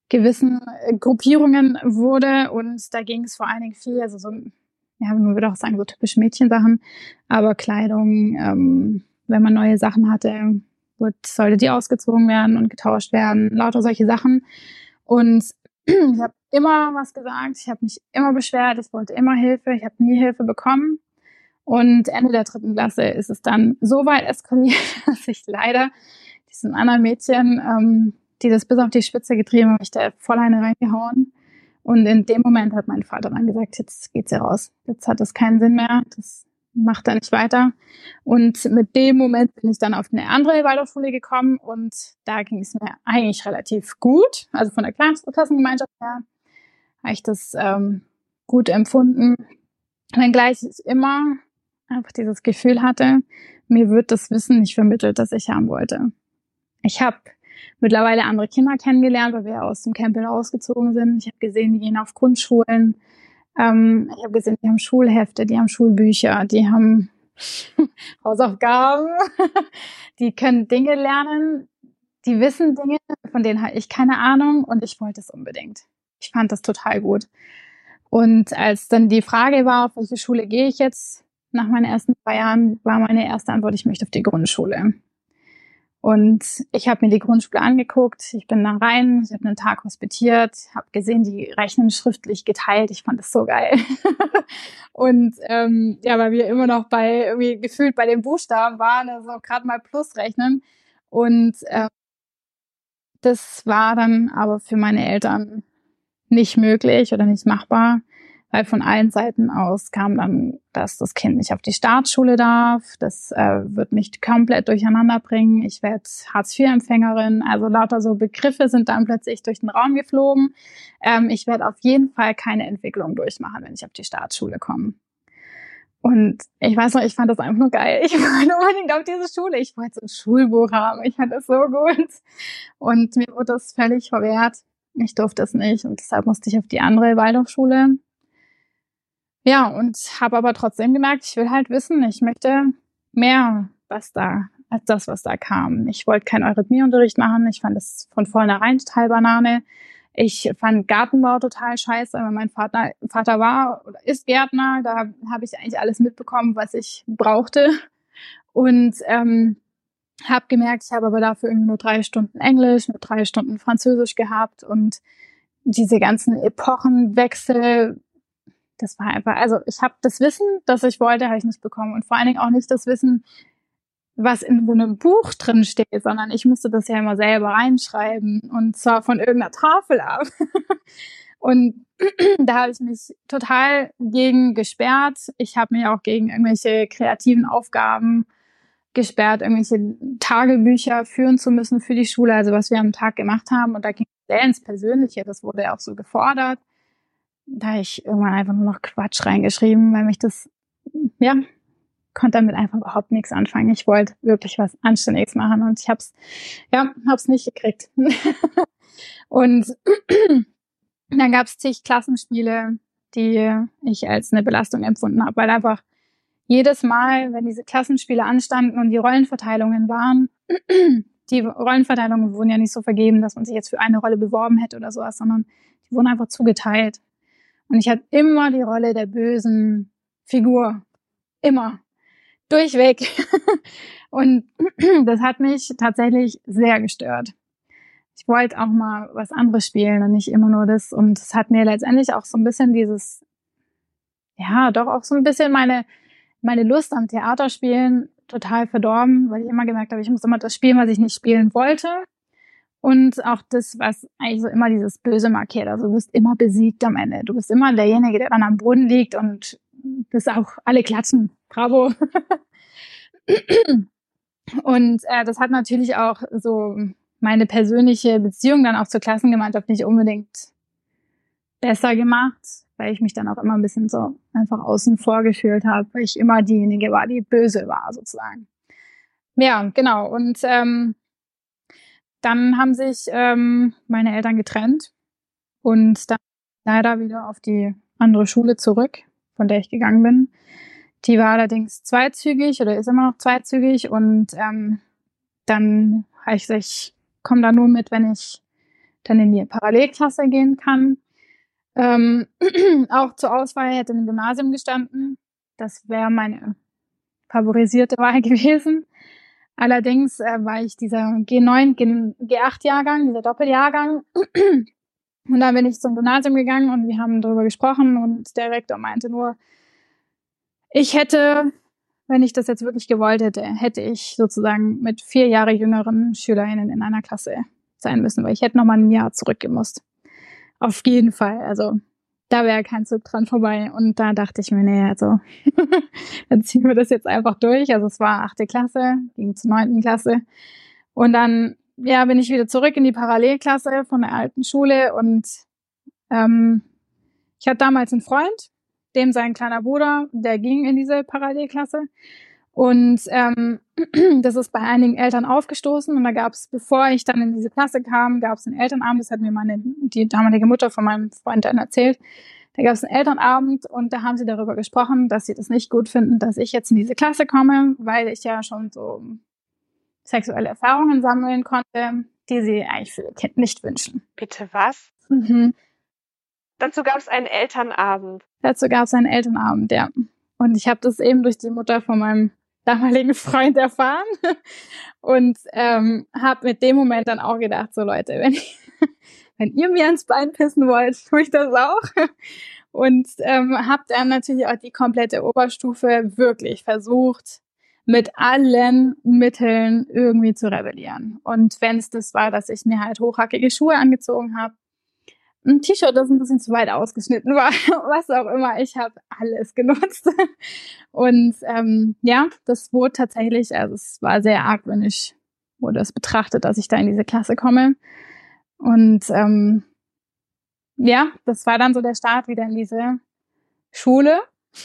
gewissen Gruppierungen wurde. Und da ging es vor allen Dingen viel, also so, ja, man würde auch sagen, so typische Mädchensachen, aber Kleidung, ähm, wenn man neue Sachen hatte, wird, sollte die ausgezogen werden und getauscht werden, lauter solche Sachen. Und ich habe immer was gesagt, ich habe mich immer beschwert, ich wollte immer Hilfe, ich habe nie Hilfe bekommen. Und Ende der dritten Klasse ist es dann so weit eskaliert, dass ich leider diesen anderen Mädchen, ähm, die das bis auf die Spitze getrieben haben, ich da voll eine reingehauen. Und in dem Moment hat mein Vater dann gesagt, jetzt geht's hier raus. Jetzt hat das keinen Sinn mehr. Das macht er nicht weiter. Und mit dem Moment bin ich dann auf eine andere Waldorfschule gekommen und da ging es mir eigentlich relativ gut. Also von der Klassengemeinschaft her habe ich das ähm, gut empfunden. Wenngleich ich immer einfach dieses Gefühl hatte, mir wird das Wissen nicht vermittelt, das ich haben wollte. Ich habe mittlerweile andere Kinder kennengelernt, weil wir aus dem Campbell ausgezogen sind. Ich habe gesehen, die gehen auf Grundschulen. Ähm, ich habe gesehen, die haben Schulhefte, die haben Schulbücher, die haben Hausaufgaben, die können Dinge lernen, die wissen Dinge, von denen habe ich keine Ahnung und ich wollte es unbedingt. Ich fand das total gut. Und als dann die Frage war, auf welche Schule gehe ich jetzt nach meinen ersten zwei Jahren, war meine erste Antwort, ich möchte auf die Grundschule. Und ich habe mir die Grundschule angeguckt, ich bin da rein, ich habe einen Tag hospitiert, habe gesehen, die rechnen schriftlich geteilt, ich fand das so geil. Und ähm, ja, weil wir immer noch bei, irgendwie gefühlt bei den Buchstaben waren, also gerade mal Plus rechnen. Und äh, das war dann aber für meine Eltern nicht möglich oder nicht machbar, weil von allen Seiten aus kam dann, dass das Kind nicht auf die Staatsschule darf, das äh, wird mich komplett durcheinander bringen, ich werde Hartz vier Empfängerin, also lauter so Begriffe sind dann plötzlich durch den Raum geflogen. Ähm, ich werde auf jeden Fall keine Entwicklung durchmachen, wenn ich auf die Staatsschule komme. Und ich weiß noch, ich fand das einfach nur geil. Ich wollte unbedingt auf diese Schule. Ich wollte so ein Schulbuch haben. Ich fand das so gut. Und mir wurde das völlig verwehrt. Ich durfte es nicht und deshalb musste ich auf die andere Waldorfschule. Ja, und habe aber trotzdem gemerkt, ich will halt wissen, ich möchte mehr, was da, als das, was da kam. Ich wollte keinen Eurythmieunterricht machen. Ich fand das von vornherein total Banane. Ich fand Gartenbau total scheiße, weil mein Vater, Vater war oder ist Gärtner. Da habe ich eigentlich alles mitbekommen, was ich brauchte. Und ähm, habe gemerkt, ich habe aber dafür irgendwie nur drei Stunden Englisch, nur drei Stunden Französisch gehabt. Und diese ganzen Epochenwechsel, das war einfach, also ich habe das Wissen, das ich wollte, habe ich nicht bekommen. Und vor allen Dingen auch nicht das Wissen, was in so einem Buch drin steht, sondern ich musste das ja immer selber reinschreiben und zwar von irgendeiner Tafel ab. Und da habe ich mich total gegen gesperrt. Ich habe mich auch gegen irgendwelche kreativen Aufgaben gesperrt, irgendwelche Tagebücher führen zu müssen für die Schule, also was wir am Tag gemacht haben. Und da ging es sehr ins Persönliche, das wurde ja auch so gefordert. Da habe ich irgendwann einfach nur noch Quatsch reingeschrieben, weil mich das, ja, konnte damit einfach überhaupt nichts anfangen. Ich wollte wirklich was Anständiges machen und ich hab's, ja, hab's nicht gekriegt. Und dann gab's zig Klassenspiele, die ich als eine Belastung empfunden habe, weil einfach jedes Mal, wenn diese Klassenspiele anstanden und die Rollenverteilungen waren, die Rollenverteilungen wurden ja nicht so vergeben, dass man sich jetzt für eine Rolle beworben hätte oder sowas, sondern die wurden einfach zugeteilt. Und ich hatte immer die Rolle der bösen Figur. Immer. Durchweg. Und das hat mich tatsächlich sehr gestört. Ich wollte auch mal was anderes spielen und nicht immer nur das. Und es hat mir letztendlich auch so ein bisschen dieses, ja, doch auch so ein bisschen meine, meine Lust am Theaterspielen total verdorben, weil ich immer gemerkt habe, ich muss immer das spielen, was ich nicht spielen wollte. Und auch das, was eigentlich so immer dieses Böse markiert. Also du bist immer besiegt am Ende. Du bist immer derjenige, der dann am Boden liegt und das auch alle klatschen. Bravo. Und äh, das hat natürlich auch so meine persönliche Beziehung dann auch zur Klassengemeinschaft nicht unbedingt besser gemacht, weil ich mich dann auch immer ein bisschen so einfach außen vor gefühlt habe, weil ich immer diejenige war, die böse war sozusagen. Ja, genau. Und ähm, dann haben sich ähm, meine Eltern getrennt und dann leider wieder auf die andere Schule zurück, von der ich gegangen bin. Die war allerdings zweizügig oder ist immer noch zweizügig und ähm, dann habe ich gesagt, ich komme da nur mit, wenn ich dann in die Parallelklasse gehen kann. Ähm, auch zur Auswahl hätte ein Gymnasium gestanden. Das wäre meine favorisierte Wahl gewesen. Allerdings äh, war ich dieser G neun, G acht Jahrgang, dieser Doppeljahrgang. Und dann bin ich zum Gymnasium gegangen und wir haben darüber gesprochen und der Rektor meinte nur, ich hätte, wenn ich das jetzt wirklich gewollt hätte, hätte ich sozusagen mit vier Jahre jüngeren SchülerInnen in einer Klasse sein müssen, weil ich hätte nochmal ein Jahr zurückgemusst. Auf jeden Fall, also da wäre kein Zug dran vorbei. Und da dachte ich mir, nee, also dann ziehen wir das jetzt einfach durch. Also es war achte Klasse, ging zur neunten Klasse. Und dann ja, bin ich wieder zurück in die Parallelklasse von der alten Schule und ähm, ich hatte damals einen Freund, dem sein kleiner Bruder, der ging in diese Parallelklasse und ähm, das ist bei einigen Eltern aufgestoßen und da gab es, bevor ich dann in diese Klasse kam, gab es einen Elternabend, das hat mir meine die damalige Mutter von meinem Freund dann erzählt. Da gab es einen Elternabend und da haben sie darüber gesprochen, dass sie das nicht gut finden, dass ich jetzt in diese Klasse komme, weil ich ja schon so sexuelle Erfahrungen sammeln konnte, die sie eigentlich für ihr Kind nicht wünschen. Bitte was? Mhm. Dazu gab es einen Elternabend. Dazu gab es einen Elternabend, ja. Und ich habe das eben durch die Mutter von meinem damaligen Freund erfahren und ähm, habe mit dem Moment dann auch gedacht, so Leute, wenn, ich, wenn ihr mir ins Bein pissen wollt, tue ich das auch. Und ähm, habe dann natürlich auch die komplette Oberstufe wirklich versucht, mit allen Mitteln irgendwie zu rebellieren. Und wenn es das war, dass ich mir halt hochhackige Schuhe angezogen habe, ein T-Shirt, das ein bisschen zu weit ausgeschnitten war, was auch immer, ich habe alles genutzt. Und ähm, ja, das wurde tatsächlich, also es war sehr argwöhnisch, wurde es betrachtet, dass ich da in diese Klasse komme. Und ähm, ja, das war dann so der Start wieder in diese Schule.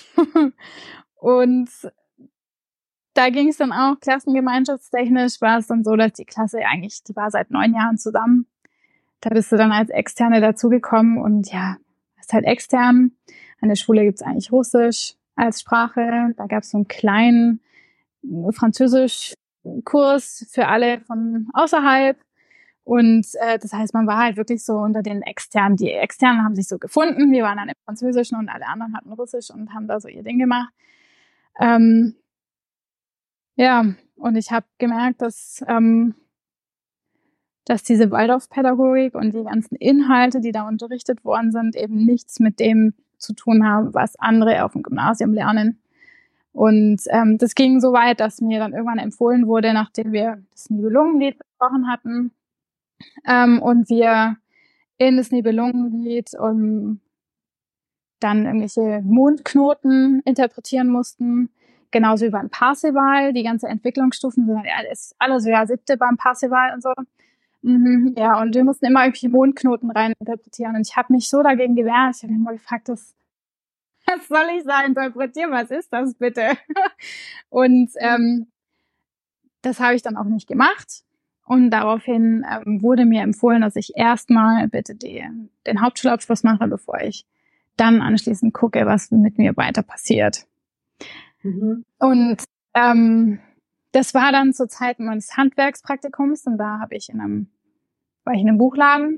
Und da ging es dann auch klassengemeinschaftstechnisch, war es dann so, dass die Klasse eigentlich, die war seit neun Jahren zusammen. Da bist du dann als Externe dazugekommen und ja, ist halt extern. An der Schule gibt's eigentlich Russisch als Sprache. Da gab's so einen kleinen Französisch-Kurs für alle von außerhalb. Und äh, das heißt, man war halt wirklich so unter den Externen. Die Externen haben sich so gefunden. Wir waren dann im Französischen und alle anderen hatten Russisch und haben da so ihr Ding gemacht. Ähm, ja, und ich habe gemerkt, dass ähm, dass diese Waldorfpädagogik und die ganzen Inhalte, die da unterrichtet worden sind, eben nichts mit dem zu tun haben, was andere auf dem Gymnasium lernen. Und ähm, das ging so weit, dass mir dann irgendwann empfohlen wurde, nachdem wir das Nibelungenlied besprochen hatten ähm, und wir in das Nibelungenlied um, dann irgendwelche Mondknoten interpretieren mussten, genauso wie beim Parzival. Die ganze Entwicklungsstufen sind alles, alles so ja siebte beim Parzival und so. Mhm, ja, und wir mussten immer irgendwelche Mondknoten rein interpretieren. Und ich habe mich so dagegen gewehrt. Ich habe mich immer gefragt, das, was soll ich da interpretieren? Was ist das bitte? Und ähm, das habe ich dann auch nicht gemacht. Und daraufhin ähm, wurde mir empfohlen, dass ich erstmal bitte die, den Hauptschulabschluss mache, bevor ich dann anschließend gucke, was mit mir weiter passiert. Mhm. Und ähm, das war dann zur Zeit meines Handwerkspraktikums und da habe ich in einem, war ich in einem Buchladen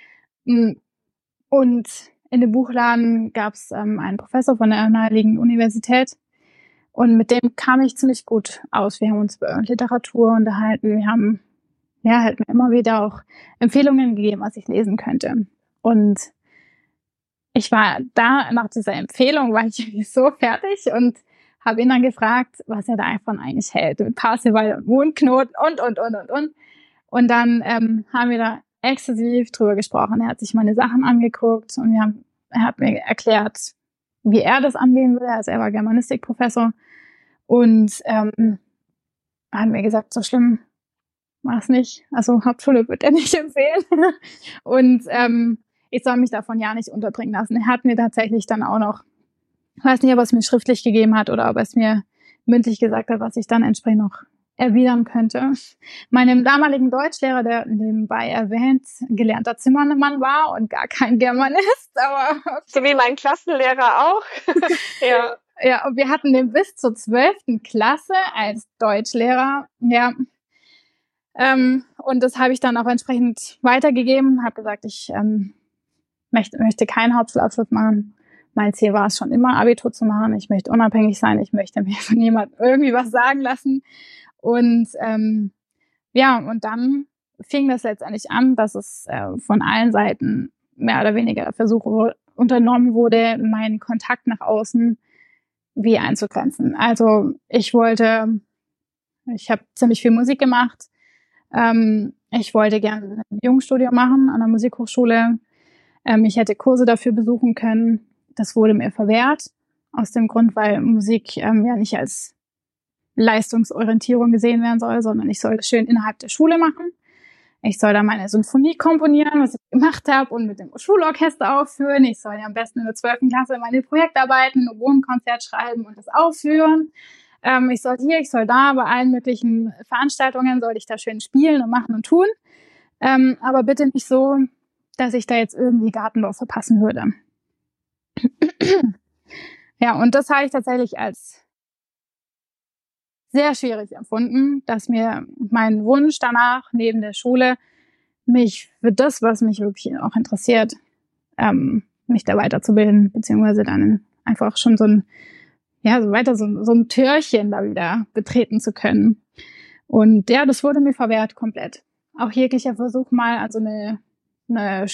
und in dem Buchladen gab es ähm, einen Professor von der naheliegenden Universität und mit dem kam ich ziemlich gut aus. Wir haben uns über Literatur unterhalten, wir haben ja halt mir immer wieder auch Empfehlungen gegeben, was ich lesen könnte. Und ich war da, nach dieser Empfehlung war ich so fertig und habe ihn dann gefragt, was er da davon eigentlich hält, mit Parzival und Mondknoten und, und, und, und, und. Und dann ähm, haben wir da exzessiv drüber gesprochen. Er hat sich meine Sachen angeguckt und wir haben, er hat mir erklärt, wie er das angehen würde. Also er war Germanistikprofessor und ähm, hat mir gesagt, so schlimm war es nicht. Also Hauptschule wird er nicht empfehlen. Und ähm, ich soll mich davon ja nicht unterbringen lassen. Er hat mir tatsächlich dann auch noch, ich weiß nicht, ob er es mir schriftlich gegeben hat oder ob er es mir mündlich gesagt hat, was ich dann entsprechend noch erwidern könnte. Meinem damaligen Deutschlehrer, der nebenbei erwähnt gelernter Zimmermann war und gar kein Germanist, aber okay. So wie mein Klassenlehrer auch. ja. Ja, und wir hatten den bis zur zwölften Klasse als Deutschlehrer. Ja, Ähm, und das habe ich dann auch entsprechend weitergegeben, habe gesagt, ich ähm, möchte, möchte keinen Hauptschulabschluss machen. Mein Ziel war es schon immer, Abitur zu machen. Ich möchte unabhängig sein. Ich möchte mir von jemandem irgendwie was sagen lassen. Und ähm, ja, und dann fing das letztendlich an, dass es äh, von allen Seiten mehr oder weniger Versuche unternommen wurde, meinen Kontakt nach außen wie einzugrenzen. Also ich wollte, ich habe ziemlich viel Musik gemacht. Ähm, ich wollte gerne ein Jungstudium machen an der Musikhochschule. Ähm, ich hätte Kurse dafür besuchen können. Das wurde mir verwehrt, aus dem Grund, weil Musik ähm, ja nicht als Leistungsorientierung gesehen werden soll, sondern ich soll das schön innerhalb der Schule machen. Ich soll da meine Sinfonie komponieren, was ich gemacht habe, und mit dem Schulorchester aufführen. Ich soll ja am besten in der zwölften Klasse meine Projektarbeiten, ein Wohnkonzert schreiben und das aufführen. Ähm, ich soll hier, ich soll da, bei allen möglichen Veranstaltungen soll ich da schön spielen und machen und tun. Ähm, aber bitte nicht so, dass ich da jetzt irgendwie Gartenbau verpassen würde. Ja, und das habe ich tatsächlich als sehr schwierig empfunden, dass mir mein Wunsch danach, neben der Schule, mich für das, was mich wirklich auch interessiert, ähm, mich da weiterzubilden, beziehungsweise dann einfach schon so ein, ja, so weiter, so, so ein Türchen da wieder betreten zu können. Und ja, das wurde mir verwehrt komplett. Auch jeglicher Versuch mal, also eine, eine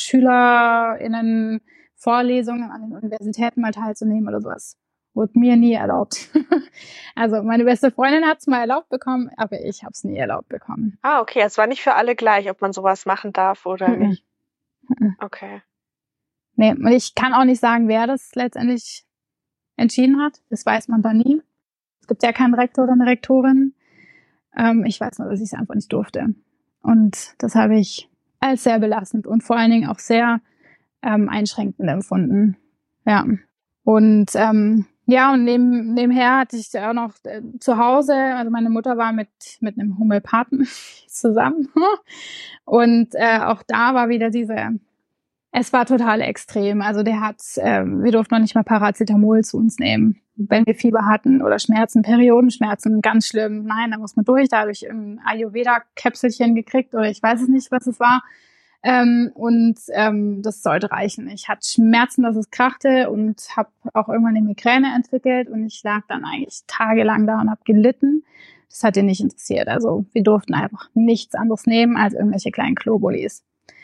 SchülerInnen-Vorlesung an den Universitäten mal teilzunehmen oder sowas, wurde mir nie erlaubt. Also meine beste Freundin hat es mal erlaubt bekommen, aber ich habe es nie erlaubt bekommen. Ah, okay. Es war nicht für alle gleich, ob man sowas machen darf oder Mhm. nicht. Mhm. Okay. Nee, und ich kann auch nicht sagen, wer das letztendlich entschieden hat. Das weiß man da nie. Es gibt ja keinen Rektor oder eine Rektorin. Ähm, ich weiß nur, dass ich es einfach nicht durfte. Und das habe ich als sehr belastend und vor allen Dingen auch sehr ähm, einschränkend empfunden. Ja. Und ähm, ja, und neben, nebenher hatte ich auch noch äh, zu Hause, also meine Mutter war mit mit einem Homöopathen zusammen. Und äh, auch da war wieder diese, es war total extrem. Also der hat, äh, wir durften noch nicht mal Paracetamol zu uns nehmen, wenn wir Fieber hatten oder Schmerzen, Periodenschmerzen, ganz schlimm. Nein, da muss man durch. Da habe ich ein Ayurveda-Käpselchen gekriegt oder ich weiß es nicht, was es war. Ähm, und ähm, das sollte reichen. Ich hatte Schmerzen, dass es krachte, und habe auch irgendwann eine Migräne entwickelt, und ich lag dann eigentlich tagelang da und habe gelitten. Das hat ihn nicht interessiert. Also wir durften einfach nichts anderes nehmen als irgendwelche kleinen Globulis.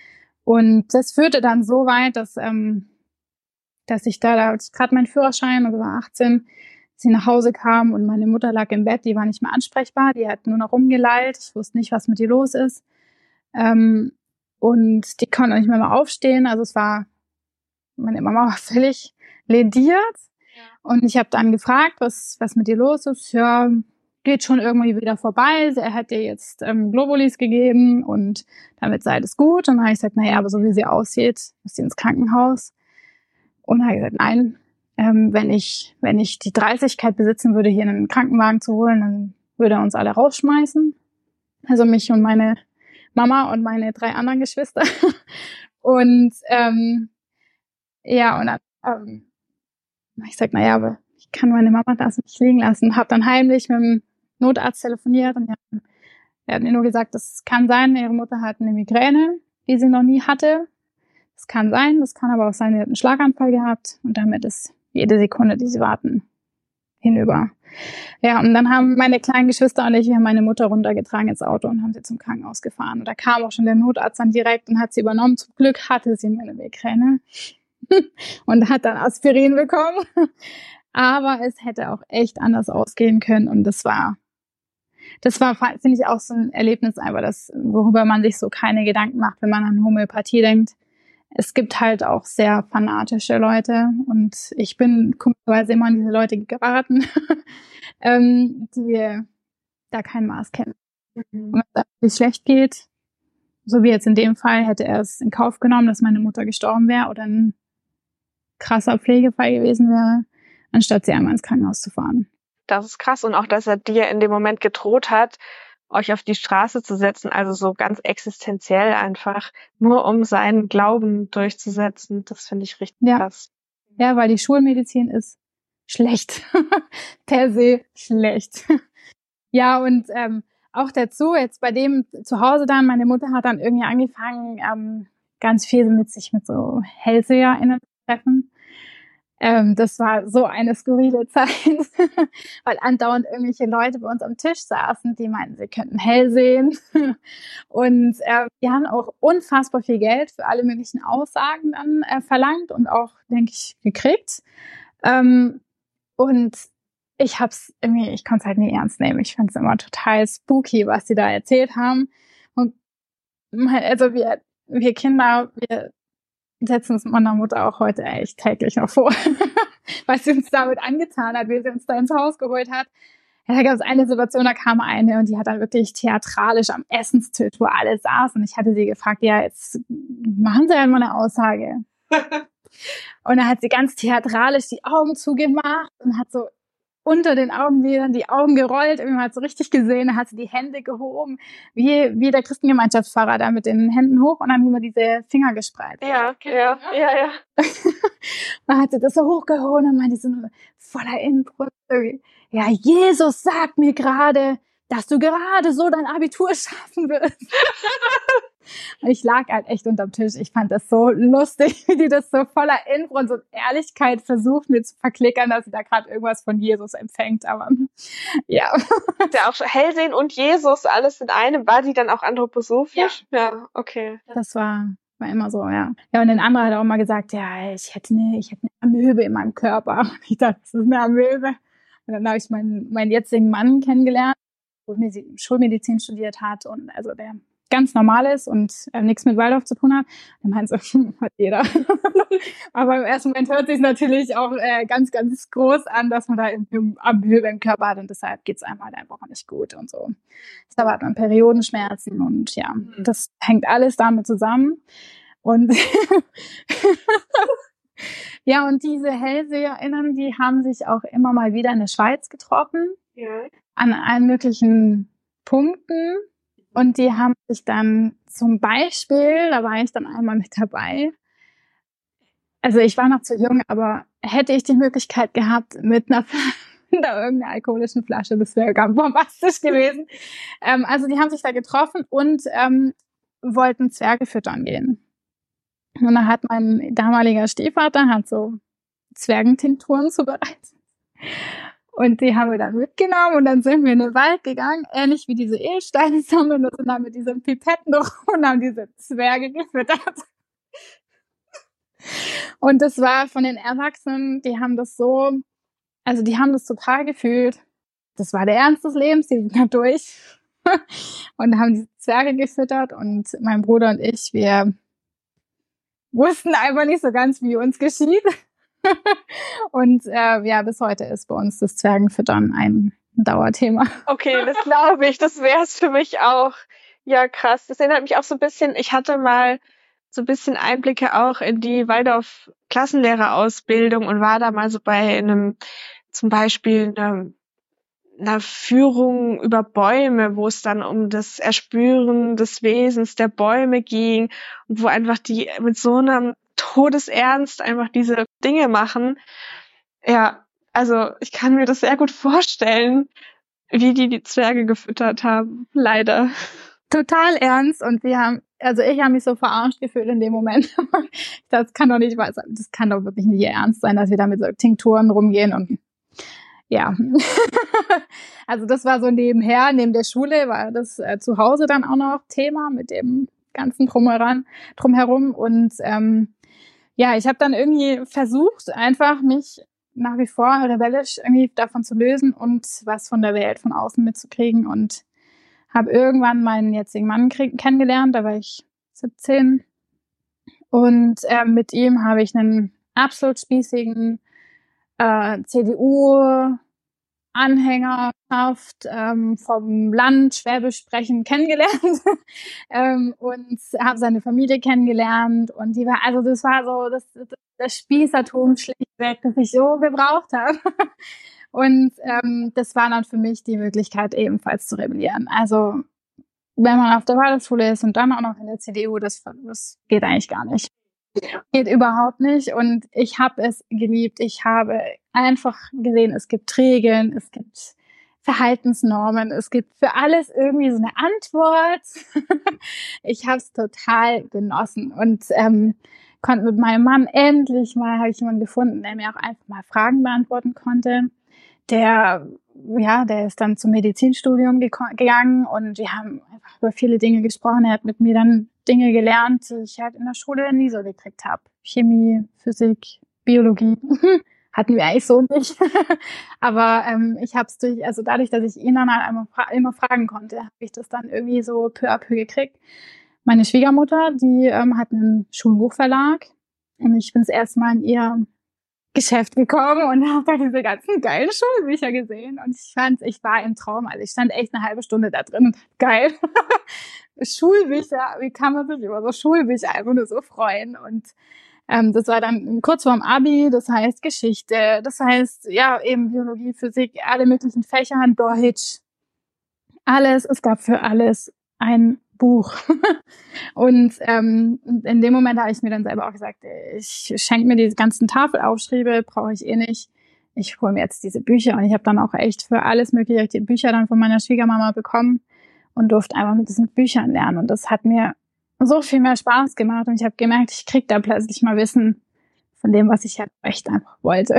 Und das führte dann so weit, dass ähm, dass ich da, da hatte ich gerade meinen Führerschein, also war achtzehn, dass ich nach Hause kam und meine Mutter lag im Bett, die war nicht mehr ansprechbar, die hat nur noch rumgeleilt, ich wusste nicht, was mit ihr los ist. Ähm, und die konnte auch nicht mehr mal aufstehen, also es war, meine Mama war völlig lediert. Ja. Und ich habe dann gefragt, was was mit ihr los ist. Ja, geht schon irgendwie wieder vorbei. Er hat ihr jetzt ähm, Globulis gegeben und damit sei das gut. Und dann habe ich gesagt, naja, aber so wie sie aussieht, muss sie ins Krankenhaus. Und habe gesagt, nein, ähm, wenn ich wenn ich die Dreistigkeit besitzen würde, hier einen Krankenwagen zu holen, dann würde er uns alle rausschmeißen. Also mich und meine Mama und meine drei anderen Geschwister. Und ähm, ja, und dann ähm, ich sag, naja, aber ich kann meine Mama das nicht liegen lassen. Hab dann heimlich mit dem Notarzt telefoniert, und er hat mir nur gesagt, das kann sein, ihre Mutter hat eine Migräne, die sie noch nie hatte. Das kann sein, das kann aber auch sein, sie hat einen Schlaganfall gehabt, und damit ist jede Sekunde, die sie warten, hinüber. Ja, und dann haben meine kleinen Geschwister und ich, wir haben meine Mutter runtergetragen ins Auto und haben sie zum Krankenhaus gefahren. Und da kam auch schon der Notarzt dann direkt und hat sie übernommen. Zum Glück hatte sie eine Migräne und hat dann Aspirin bekommen. Aber es hätte auch echt anders ausgehen können, und das war, das war, finde ich, auch so ein Erlebnis einfach, das, worüber man sich so keine Gedanken macht, wenn man an Homöopathie denkt. Es gibt halt auch sehr fanatische Leute, und ich bin komischerweise immer an diese Leute geraten, ähm, die da kein Maß kennen. Mhm. Und wenn es wirklich schlecht geht, so wie jetzt in dem Fall, hätte er es in Kauf genommen, dass meine Mutter gestorben wäre oder ein krasser Pflegefall gewesen wäre, anstatt sie einmal ins Krankenhaus zu fahren. Das ist krass. Und auch, dass er dir in dem Moment gedroht hat, euch auf die Straße zu setzen, also so ganz existenziell einfach, nur um seinen Glauben durchzusetzen. Das finde ich richtig ja. krass. Ja, weil die Schulmedizin ist schlecht. Per se schlecht. Ja, und ähm, auch dazu, jetzt bei dem zu Hause dann, meine Mutter hat dann irgendwie angefangen, ähm, ganz viel mit sich mit so HellseherInnen zu treffen. Ähm, das war so eine skurrile Zeit, weil andauernd irgendwelche Leute bei uns am Tisch saßen, die meinten, sie könnten hell sehen. Und äh, die haben auch unfassbar viel Geld für alle möglichen Aussagen dann äh, verlangt und auch, denke ich, gekriegt. Ähm, und ich hab's irgendwie, ich konnte es halt nie ernst nehmen. Ich fand es immer total spooky, was die da erzählt haben. Und also wir, wir Kinder, wir setzen uns mit meiner Mutter auch heute echt täglich noch vor, was sie uns damit angetan hat, wie sie uns da ins Haus geholt hat. Ja, da gab es eine Situation, da kam eine und die hat dann wirklich theatralisch am Essenstisch, wo alle saßen. Und ich hatte sie gefragt, ja, jetzt machen Sie einmal eine Aussage. Und dann hat sie ganz theatralisch die Augen zugemacht und hat so unter den Augenlidern die Augen gerollt, irgendwie hat so richtig gesehen, dann hat sie die Hände gehoben, wie, wie der Christengemeinschaftspfarrer da mit den Händen hoch und dann immer diese Finger gespreizt. Ja, ja, ja, ja. Dann hat sie das so hochgehoben und meinte so voller Inbrunst irgendwie, ja, Jesus sagt mir gerade, dass du gerade so dein Abitur schaffen wirst. Und ich lag halt echt unterm Tisch. Ich fand das so lustig, wie die das so voller Inbrunst und Ehrlichkeit versucht, mir zu verklickern, dass sie da gerade irgendwas von Jesus empfängt. Aber ja. Ja, auch Hellsehen und Jesus, alles in einem. War die dann auch anthroposophisch? Ja, ja, okay. Das war, war immer so, ja. Ja, und ein anderer hat auch mal gesagt, ja, ich hätte eine, ich hätte eine Amöbe in meinem Körper. Und ich dachte, das ist eine Amöbe. Und dann habe ich meinen, meinen jetzigen Mann kennengelernt, wo Schulmedizin studiert hat und also der ganz normal ist und äh, nichts mit Waldorf zu tun hat. Dann meint so, hat jeder. Aber im ersten Moment hört sich natürlich auch äh, ganz, ganz groß an, dass man da Amöbe im Körper hat und deshalb geht's einem halt einfach nicht gut und so. Da hat man Periodenschmerzen und ja, das hängt alles damit zusammen. Und ja, und diese HellseherInnen, die haben sich auch immer mal wieder in der Schweiz getroffen. Ja. An allen möglichen Punkten. Und die haben sich dann zum Beispiel, da war ich dann einmal mit dabei, also ich war noch zu jung, aber hätte ich die Möglichkeit gehabt, mit einer, einer irgendeiner alkoholischen Flasche, das wäre ganz bombastisch gewesen. ähm, also die haben sich da getroffen und ähm, wollten Zwerge füttern gehen. Und da hat mein damaliger Stiefvater hat so Zwergentinkturen zubereitet. Und die haben wir dann mitgenommen und dann sind wir in den Wald gegangen, ähnlich wie diese Edelsteine sammeln und sind dann mit diesen Pipetten rum und haben diese Zwerge gefüttert. Und das war von den Erwachsenen, die haben das so, also die haben das total gefühlt. Das war der Ernst des Lebens, die sind da durch. Und haben die Zwerge gefüttert und mein Bruder und ich, wir wussten einfach nicht so ganz, wie uns geschieht. Und äh, ja, bis heute ist bei uns das Zwergenfüttern ein Dauerthema. Okay, das glaube ich. Das wäre es für mich auch. Ja, krass. Das erinnert mich auch so ein bisschen, ich hatte mal so ein bisschen Einblicke auch in die Waldorf-Klassenlehrerausbildung und war da mal so bei einem, zum Beispiel einer, einer Führung über Bäume, wo es dann um das Erspüren des Wesens der Bäume ging und wo einfach die mit so einem Todesernst einfach diese Dinge machen. Ja, also ich kann mir das sehr gut vorstellen, wie die die Zwerge gefüttert haben. Leider. Total ernst und wir haben, also ich habe mich so verarscht gefühlt in dem Moment. Das kann doch nicht, das kann doch wirklich nicht ernst sein, dass wir da mit so Tinkturen rumgehen und ja. Also das war so nebenher, neben der Schule war das äh, zu Hause dann auch noch Thema mit dem ganzen Drumheran, drumherum und ähm, ja, ich habe dann irgendwie versucht, einfach mich nach wie vor rebellisch irgendwie davon zu lösen und was von der Welt von außen mitzukriegen und habe irgendwann meinen jetzigen Mann krieg- kennengelernt, da war ich siebzehn und äh, mit ihm habe ich einen absolut spießigen äh, C D U-Anhängerschaft ähm, vom Land Schwäbisch sprechen kennengelernt ähm, und habe seine Familie kennengelernt und die war, also das war so das, das Spießertum schlichtweg, das ich so gebraucht habe. Und ähm, das war dann für mich die Möglichkeit, ebenfalls zu rebellieren. Also wenn man auf der Waldorfschule ist und dann auch noch in der C D U, das, das geht eigentlich gar nicht. Geht überhaupt nicht. Und ich habe es geliebt. Ich habe einfach gesehen, es gibt Regeln, es gibt Verhaltensnormen. Es gibt für alles irgendwie so eine Antwort. Ich habe es total genossen und ähm, konnte mit meinem Mann endlich mal, habe ich jemanden gefunden, der mir auch einfach mal Fragen beantworten konnte. Der, ja, der ist dann zum Medizinstudium geko- gegangen und wir haben einfach über viele Dinge gesprochen. Er hat mit mir dann Dinge gelernt, die ich halt in der Schule nie so gekriegt habe. Chemie, Physik, Biologie. Hatten wir eigentlich so nicht. Aber ähm, ich habe es durch, also dadurch, dass ich ihn dann halt immer, fra- immer fragen konnte, habe ich das dann irgendwie so peu à peu gekriegt. Meine Schwiegermutter, die ähm, hat einen Schulbuchverlag und ich bin das erste Mal in ihr Geschäft gekommen und habe da diese ganzen geilen Schulbücher gesehen und ich fand, ich war im Traum. Also ich stand echt eine halbe Stunde da drin und geil. Schulbücher, wie kann man sich über so Schulbücher einfach nur so freuen? Und ähm, das war dann kurz vorm Abi, das heißt Geschichte, das heißt ja eben Biologie, Physik, alle möglichen Fächer, Deutsch, alles, es gab für alles ein Buch. Und ähm, in dem Moment habe ich mir dann selber auch gesagt, ich schenke mir diese ganzen Tafelaufschriebe, brauche ich eh nicht. Ich hole mir jetzt diese Bücher und ich habe dann auch echt für alles mögliche die Bücher dann von meiner Schwiegermama bekommen und durfte einfach mit diesen Büchern lernen. Und das hat mir so viel mehr Spaß gemacht und ich habe gemerkt, ich krieg da plötzlich mal Wissen von dem, was ich halt echt einfach wollte.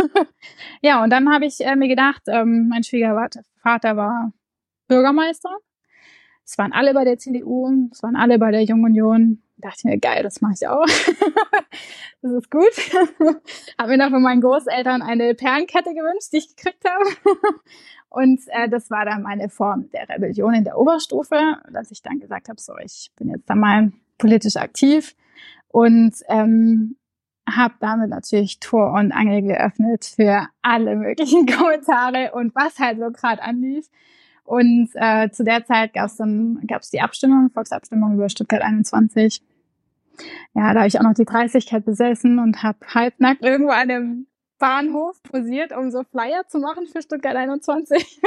Ja, und dann habe ich äh, mir gedacht, ähm, mein Schwiegervater war Bürgermeister. Es waren alle bei der C D U, es waren alle bei der Jungen Union. Da dachte ich mir, geil, das mache ich auch. Das ist gut. Habe mir dann von meinen Großeltern eine Perlenkette gewünscht, die ich gekriegt habe. Und äh, das war dann meine Form der Rebellion in der Oberstufe, dass ich dann gesagt habe, so, ich bin jetzt dann mal politisch aktiv und ähm, habe damit natürlich Tor und Angel geöffnet für alle möglichen Kommentare und was halt so gerade anlief. Und äh, zu der Zeit gab es dann gab's die Abstimmung, Volksabstimmung über Stuttgart einundzwanzig. Ja, da habe ich auch noch die Dreistigkeit besessen und habe halbnackt irgendwo an einem Bahnhof posiert, um so Flyer zu machen für Stuttgart einundzwanzig.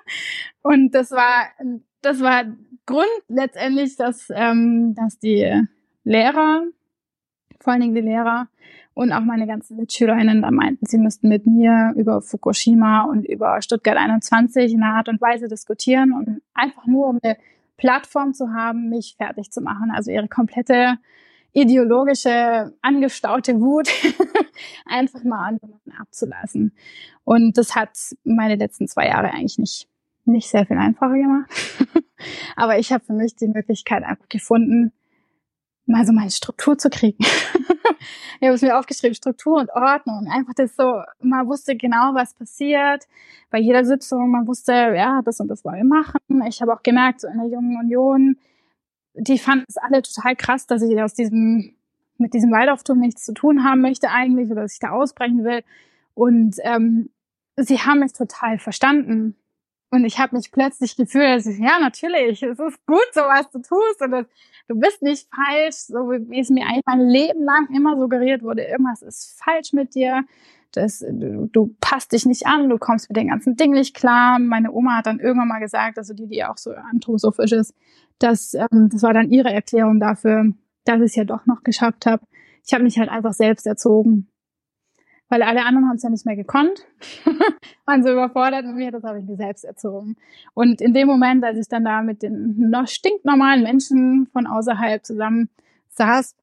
Und das war das war Grund letztendlich, dass ähm, dass die Lehrer, vor allen Dingen die Lehrer und auch meine ganzen MitschülerInnen da meinten, sie müssten mit mir über Fukushima und über Stuttgart einundzwanzig in einer Art und Weise diskutieren und einfach nur, um eine Plattform zu haben, mich fertig zu machen. Also ihre komplette ideologische, angestaute Wut einfach mal an jemanden abzulassen. Und das hat meine letzten zwei Jahre eigentlich nicht, nicht sehr viel einfacher gemacht. Aber ich habe für mich die Möglichkeit einfach gefunden, mal so meine Struktur zu kriegen. Ich habe es mir aufgeschrieben, Struktur und Ordnung. Einfach das so, man wusste genau, was passiert. Bei jeder Sitzung, man wusste, ja, das und das wollen wir machen. Ich habe auch gemerkt, so in der Jungen Union, die fanden es alle total krass, dass ich aus diesem, mit diesem Waldorftum nichts zu tun haben möchte eigentlich oder dass ich da ausbrechen will. Und ähm, sie haben mich total verstanden. Und ich habe mich plötzlich gefühlt, dass ich, ja, natürlich, es ist gut, so was du tust und das, du bist nicht falsch, so wie es mir eigentlich mein Leben lang immer suggeriert wurde, irgendwas ist falsch mit dir, das, du, du passt dich nicht an, du kommst mit den ganzen Dingen nicht klar. Meine Oma hat dann irgendwann mal gesagt, also die, die auch so anthroposophisch ist, dass, ähm, das war dann ihre Erklärung dafür, dass ich es ja doch noch geschafft habe. Ich habe mich halt einfach selbst erzogen. Weil alle anderen haben es ja nicht mehr gekonnt, waren so überfordert mit mir, das habe ich mir selbst erzogen. Und in dem Moment, als ich dann da mit den noch stinknormalen Menschen von außerhalb zusammen saß,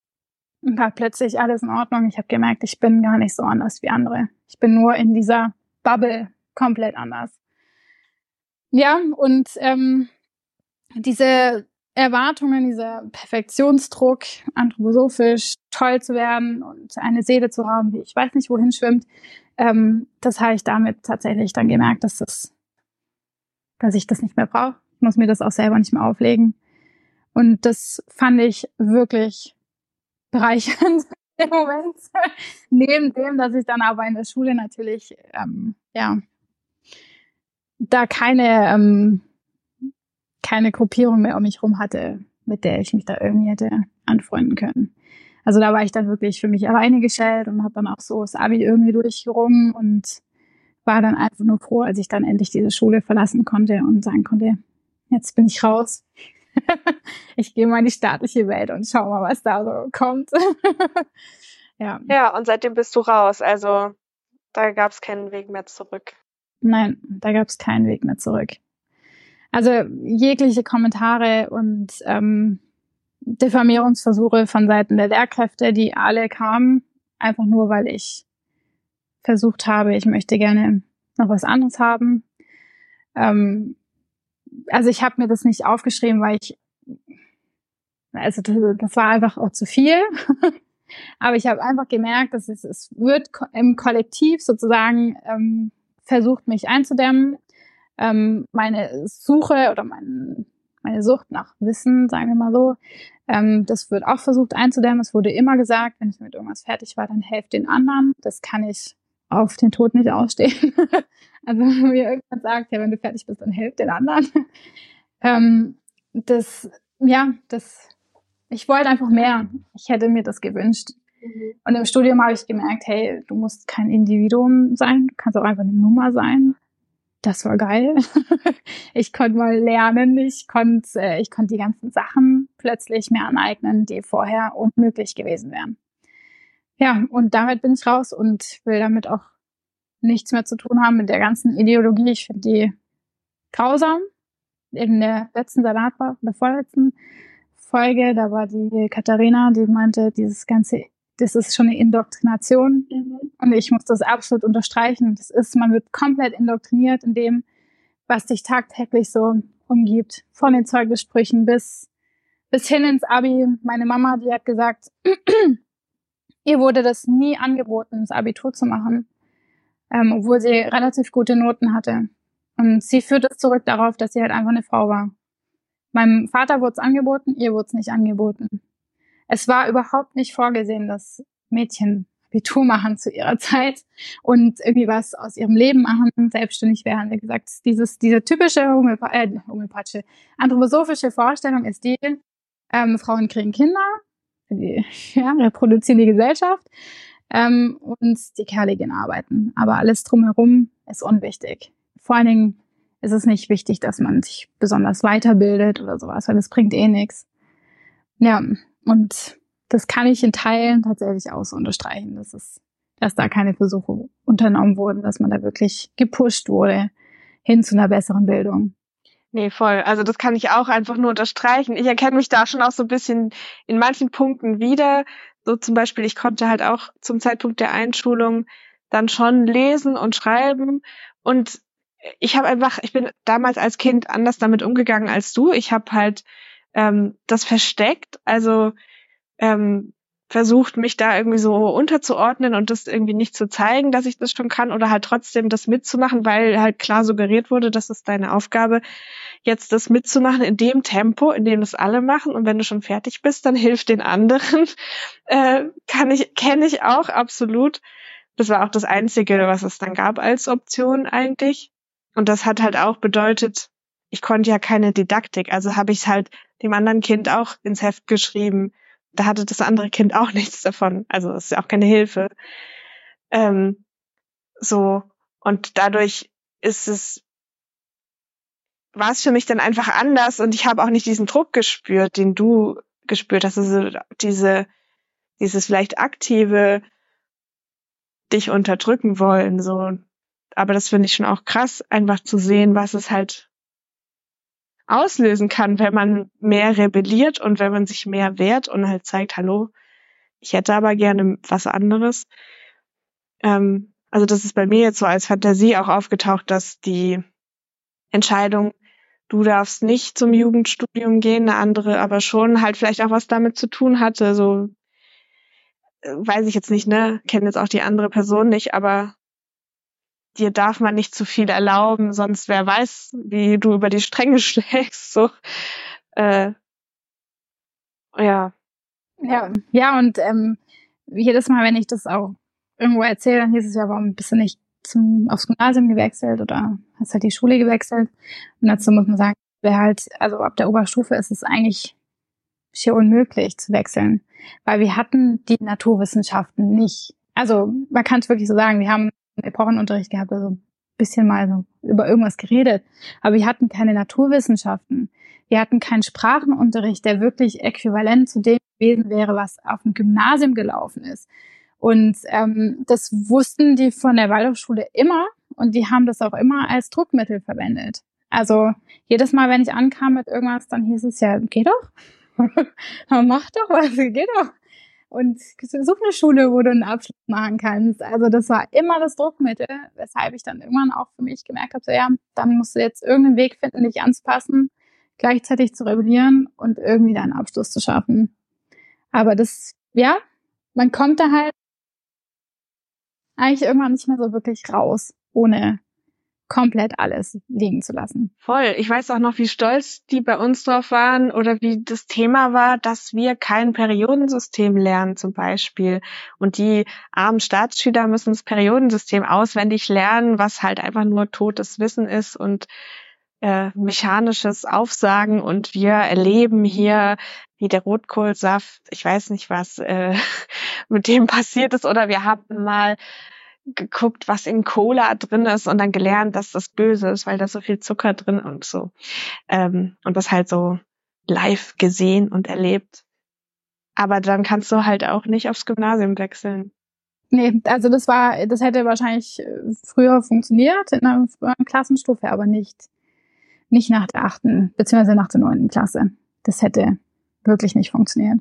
war plötzlich alles in Ordnung. Ich habe gemerkt, ich bin gar nicht so anders wie andere. Ich bin nur in dieser Bubble komplett anders. Ja, und ähm, diese Erwartungen, dieser Perfektionsdruck, anthroposophisch toll zu werden und eine Seele zu haben, die ich weiß nicht wohin schwimmt, ähm, das habe ich damit tatsächlich dann gemerkt, dass das, dass ich das nicht mehr brauche. Ich muss mir das auch selber nicht mehr auflegen. Und das fand ich wirklich bereichernd im Moment. Neben dem, dass ich dann aber in der Schule natürlich, ähm, ja, da keine, ähm, keine Gruppierung mehr um mich rum hatte, mit der ich mich da irgendwie hätte anfreunden können. Also da war ich dann wirklich für mich alleine gestellt und habe dann auch so das Abi irgendwie durchgerungen und war dann einfach nur froh, als ich dann endlich diese Schule verlassen konnte und sagen konnte, jetzt bin ich raus. Ich gehe mal in die staatliche Welt und schau mal, was da so kommt. Ja. Ja, und seitdem bist du raus. Also da gab es keinen Weg mehr zurück. Nein, da gab es keinen Weg mehr zurück. Also jegliche Kommentare und ähm, Diffamierungsversuche von Seiten der Lehrkräfte, die alle kamen, einfach nur, weil ich versucht habe, ich möchte gerne noch was anderes haben. Ähm, also ich habe mir das nicht aufgeschrieben, weil ich, also das, das war einfach auch zu viel. Aber ich habe einfach gemerkt, dass es, es wird im Kollektiv sozusagen ähm, versucht, mich einzudämmen. Ähm, meine Suche oder mein, meine Sucht nach Wissen, sagen wir mal so, ähm, das wird auch versucht einzudämmen. Es wurde immer gesagt, wenn ich mit irgendwas fertig war, dann helft den anderen. Das kann ich auf den Tod nicht ausstehen. Also wenn mir irgendjemand sagt, ja, wenn du fertig bist, dann helft den anderen. ähm, das, ja, das, ich wollte einfach mehr. Ich hätte mir das gewünscht. Mhm. Und im Studium habe ich gemerkt, hey, du musst kein Individuum sein, du kannst auch einfach eine Nummer sein. Das war geil. Ich konnte mal lernen, ich konnte, äh, ich konnte die ganzen Sachen plötzlich mir aneignen, die vorher unmöglich gewesen wären. Ja, und damit bin ich raus und will damit auch nichts mehr zu tun haben mit der ganzen Ideologie. Ich finde die grausam. In der letzten Salatbar, der vorletzten Folge, da war die Katharina, die meinte, dieses ganze, das ist schon eine Indoktrination. Mhm. Und ich muss das absolut unterstreichen. Das ist, man wird komplett indoktriniert in dem, was dich tagtäglich so umgibt. Von den Zeugnissprüchen bis, bis hin ins Abi. Meine Mama, die hat gesagt, ihr wurde das nie angeboten, das Abitur zu machen, ähm, obwohl sie relativ gute Noten hatte. Und sie führt es zurück darauf, dass sie halt einfach eine Frau war. Meinem Vater wurde es angeboten, ihr wurde es nicht angeboten. Es war überhaupt nicht vorgesehen, dass Mädchen Abitur machen zu ihrer Zeit und irgendwie was aus ihrem Leben machen, selbstständig werden. Wie gesagt, dieses, diese typische Homöopa- äh, homöopathische, anthroposophische Vorstellung ist die, ähm, Frauen kriegen Kinder, die, ja, reproduzieren die Gesellschaft, ähm, und die Kerle gehen arbeiten. Aber alles drumherum ist unwichtig. Vor allen Dingen ist es nicht wichtig, dass man sich besonders weiterbildet oder sowas, weil das bringt eh nichts. Ja, und das kann ich in Teilen tatsächlich auch so unterstreichen, dass es, dass da keine Versuche unternommen wurden, dass man da wirklich gepusht wurde hin zu einer besseren Bildung. Nee, voll. Also das kann ich auch einfach nur unterstreichen. Ich erkenne mich da schon auch so ein bisschen in manchen Punkten wieder. So zum Beispiel, ich konnte halt auch zum Zeitpunkt der Einschulung dann schon lesen und schreiben. Und ich habe einfach, ich bin damals als Kind anders damit umgegangen als du. Ich habe halt ähm, das versteckt, also ähm, versucht, mich da irgendwie so unterzuordnen und das irgendwie nicht zu zeigen, dass ich das schon kann oder halt trotzdem das mitzumachen, weil halt klar suggeriert wurde, das ist deine Aufgabe, jetzt das mitzumachen in dem Tempo, in dem das alle machen und wenn du schon fertig bist, dann hilf den anderen. Äh, kann ich, kenne ich auch absolut. Das war auch das Einzige, was es dann gab als Option eigentlich. Und das hat halt auch bedeutet, ich konnte ja keine Didaktik, also habe ich es halt dem anderen Kind auch ins Heft geschrieben. Da hatte das andere Kind auch nichts davon. Also es ist ja auch keine Hilfe. Ähm, so. Und dadurch ist es, war es für mich dann einfach anders und ich habe auch nicht diesen Druck gespürt, den du gespürt hast. Also diese, dieses vielleicht aktive dich unterdrücken wollen, so. Aber das finde ich schon auch krass, einfach zu sehen, was es halt auslösen kann, wenn man mehr rebelliert und wenn man sich mehr wehrt und halt zeigt, hallo, ich hätte aber gerne was anderes. Ähm, also das ist bei mir jetzt so als Fantasie auch aufgetaucht, dass die Entscheidung, du darfst nicht zum Jugendstudium gehen, eine andere aber schon, halt vielleicht auch was damit zu tun hatte, so äh, weiß ich jetzt nicht, ne, kenne jetzt auch die andere Person nicht, aber dir darf man nicht zu viel erlauben, sonst wer weiß, wie du über die Stränge schlägst, so, äh, ja. Ja, ja, und ähm, jedes Mal, wenn ich das auch irgendwo erzähle, dann hieß es ja, warum bist du nicht zum, aufs Gymnasium gewechselt oder hast halt die Schule gewechselt? Und dazu muss man sagen, wer halt, also ab der Oberstufe ist es eigentlich schier unmöglich zu wechseln, weil wir hatten die Naturwissenschaften nicht. Also man kann es wirklich so sagen, wir haben Epochenunterricht gehabt, also ein bisschen mal so über irgendwas geredet, aber wir hatten keine Naturwissenschaften. Wir hatten keinen Sprachenunterricht, der wirklich äquivalent zu dem gewesen wäre, was auf dem Gymnasium gelaufen ist. Und ähm, das wussten die von der Waldorfschule immer, und die haben das auch immer als Druckmittel verwendet. Also jedes Mal, wenn ich ankam mit irgendwas, dann hieß es ja, geh doch, mach doch was, geh doch. Und such eine Schule, wo du einen Abschluss machen kannst. Also das war immer das Druckmittel, weshalb ich dann irgendwann auch für mich gemerkt habe, so ja, dann musst du jetzt irgendeinen Weg finden, dich anzupassen, gleichzeitig zu rebellieren und irgendwie deinen Abschluss zu schaffen. Aber das, ja, man kommt da halt eigentlich irgendwann nicht mehr so wirklich raus, ohne komplett alles liegen zu lassen. Voll. Ich weiß auch noch, wie stolz die bei uns drauf waren oder wie das Thema war, dass wir kein Periodensystem lernen zum Beispiel. Und die armen Staatsschüler müssen das Periodensystem auswendig lernen, was halt einfach nur totes Wissen ist und äh, mechanisches Aufsagen. Und wir erleben hier, wie der Rotkohlsaft, ich weiß nicht, was äh, mit dem passiert ist. Oder wir haben mal geguckt, was in Cola drin ist und dann gelernt, dass das böse ist, weil da so viel Zucker drin und so. Ähm, und das halt so live gesehen und erlebt. Aber dann kannst du halt auch nicht aufs Gymnasium wechseln. Nee, also das war, das hätte wahrscheinlich früher funktioniert in einer früheren Klassenstufe, aber nicht, nicht nach der achten, beziehungsweise nach der neunten Klasse. Das hätte wirklich nicht funktioniert.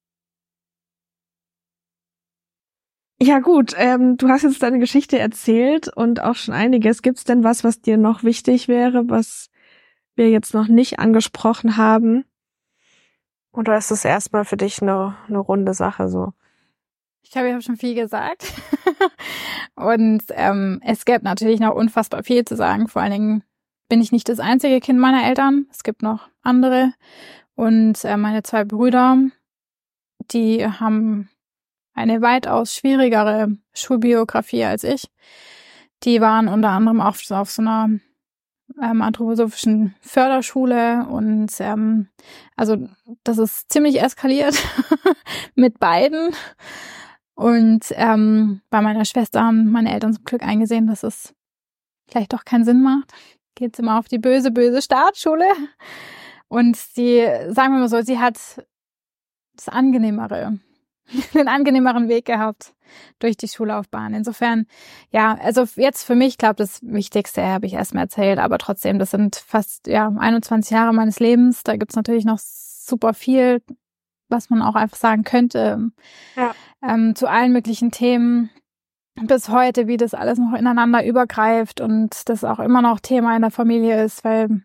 Ja gut, ähm, du hast jetzt deine Geschichte erzählt und auch schon einiges. Gibt's denn was, was dir noch wichtig wäre, was wir jetzt noch nicht angesprochen haben? Oder ist das erstmal für dich eine, eine runde Sache so? Ich glaube, ich habe schon viel gesagt. Und ähm, es gäbe natürlich noch unfassbar viel zu sagen. Vor allen Dingen bin ich nicht das einzige Kind meiner Eltern. Es gibt noch andere. Und äh, meine zwei Brüder, die haben eine weitaus schwierigere Schulbiografie als ich. Die waren unter anderem auch auf so einer ähm, anthroposophischen Förderschule und ähm, also das ist ziemlich eskaliert mit beiden. Und ähm, bei meiner Schwester haben meine Eltern zum Glück eingesehen, dass es vielleicht doch keinen Sinn macht. Geht's immer auf die böse, böse Staatsschule. Und sie, sagen wir mal so, sie hat das Angenehmere einen angenehmeren Weg gehabt durch die Schullaufbahn. Insofern, ja, also jetzt für mich, glaube das Wichtigste habe ich erstmal erzählt, aber trotzdem, das sind fast ja einundzwanzig Jahre meines Lebens. Da gibt's natürlich noch super viel, was man auch einfach sagen könnte, ja. ähm, zu allen möglichen Themen bis heute, wie das alles noch ineinander übergreift und das auch immer noch Thema in der Familie ist, weil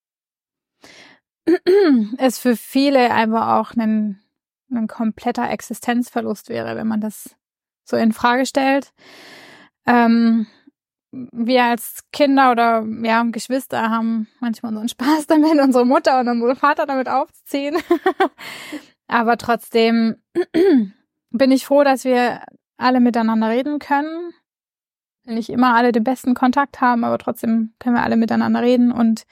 es für viele einfach auch einen ein kompletter Existenzverlust wäre, wenn man das so in Frage stellt. Ähm, wir als Kinder oder ja Geschwister haben manchmal unseren Spaß damit, unsere Mutter und unsere Vater damit aufzuziehen. Aber trotzdem bin ich froh, dass wir alle miteinander reden können. Nicht immer alle den besten Kontakt haben, aber trotzdem können wir alle miteinander reden. Und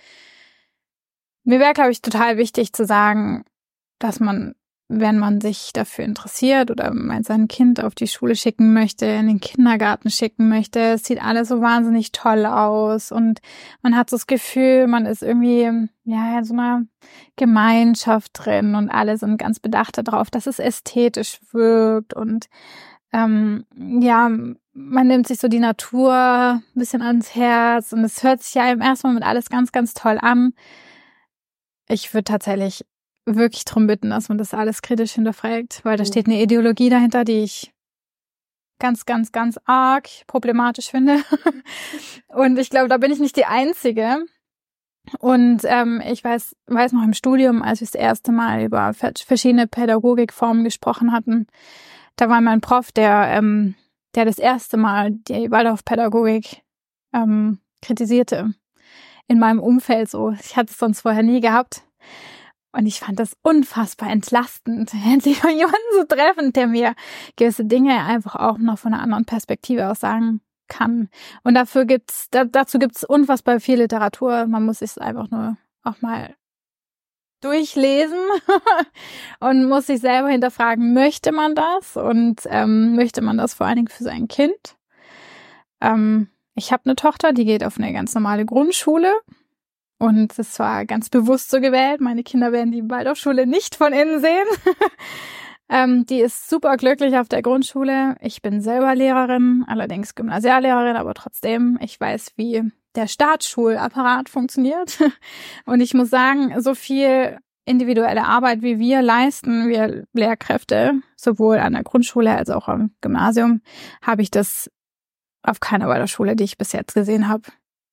mir wäre, glaube ich, total wichtig zu sagen, dass man, wenn man sich dafür interessiert oder man sein Kind auf die Schule schicken möchte, in den Kindergarten schicken möchte, es sieht alles so wahnsinnig toll aus und man hat so das Gefühl, man ist irgendwie ja in so einer Gemeinschaft drin und alle sind ganz bedacht darauf, dass es ästhetisch wirkt und ähm, ja, man nimmt sich so die Natur ein bisschen ans Herz und es hört sich ja im ersten Moment alles ganz, ganz toll an. Ich würde tatsächlich wirklich darum bitten, dass man das alles kritisch hinterfragt, weil da steht eine Ideologie dahinter, die ich ganz, ganz, ganz arg problematisch finde. Und ich glaube, da bin ich nicht die Einzige. Und ähm, ich weiß, weiß noch im Studium, als wir das erste Mal über verschiedene Pädagogikformen gesprochen hatten, da war mein Prof, der, ähm, der das erste Mal die Waldorfpädagogik ähm, kritisierte. In meinem Umfeld so. Ich hatte es sonst vorher nie gehabt. Und ich fand das unfassbar entlastend, endlich mal jemanden zu treffen, der mir gewisse Dinge einfach auch noch von einer anderen Perspektive aus sagen kann. Und dafür gibt's, da, dazu gibt's unfassbar viel Literatur. Man muss sich einfach nur auch mal durchlesen und muss sich selber hinterfragen, möchte man das? Und ähm, möchte man das vor allen Dingen für sein Kind? Ähm, ich habe eine Tochter, die geht auf eine ganz normale Grundschule. Und das war ganz bewusst so gewählt. Meine Kinder werden die Waldorfschule nicht von innen sehen. Ähm, die ist super glücklich auf der Grundschule. Ich bin selber Lehrerin, allerdings Gymnasiallehrerin, aber trotzdem, ich weiß, wie der Staatsschulapparat funktioniert. Und ich muss sagen, so viel individuelle Arbeit, wie wir leisten, wir Lehrkräfte, sowohl an der Grundschule als auch am Gymnasium, habe ich das auf keiner weiter Schule, die ich bis jetzt gesehen habe,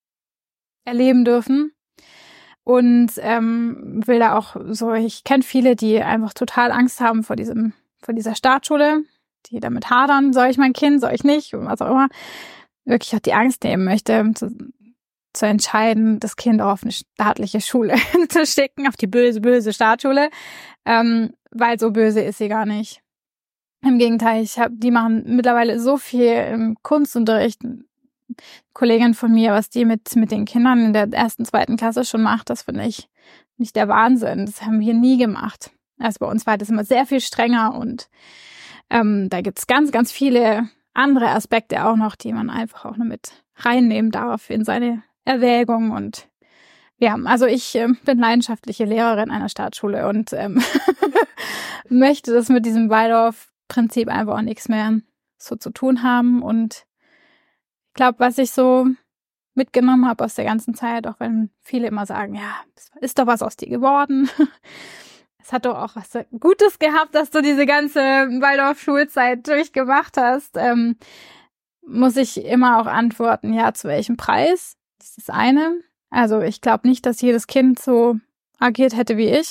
erleben dürfen. Und ähm, will da auch so, ich kenne viele, die einfach total Angst haben vor diesem, vor dieser Staatsschule, die damit hadern, soll ich mein Kind, soll ich nicht, und was auch immer, wirklich auch die Angst nehmen möchte, zu, zu entscheiden, das Kind auch auf eine staatliche Schule zu schicken, auf die böse, böse Staatsschule, ähm, weil so böse ist sie gar nicht. Im Gegenteil, ich habe, die machen mittlerweile so viel im Kunstunterricht. Kollegin von mir, was die mit mit den Kindern in der ersten, zweiten Klasse schon macht, das finde ich nicht der Wahnsinn. Das haben wir nie gemacht. Also bei uns war das immer sehr viel strenger und ähm, da gibt's ganz, ganz viele andere Aspekte auch noch, die man einfach auch noch mit reinnehmen darf in seine Erwägung. Und ja, also ich äh, bin leidenschaftliche Lehrerin einer Staatsschule und ähm, möchte das mit diesem Waldorf-Prinzip einfach auch nichts mehr so zu tun haben. Und ich glaube, was ich so mitgenommen habe aus der ganzen Zeit, auch wenn viele immer sagen, ja, ist doch was aus dir geworden. Es hat doch auch was Gutes gehabt, dass du diese ganze Waldorf-Schulzeit durchgemacht hast. Ähm, muss ich immer auch antworten, ja, zu welchem Preis? Das ist das eine. Also ich glaube nicht, dass jedes Kind so agiert hätte wie ich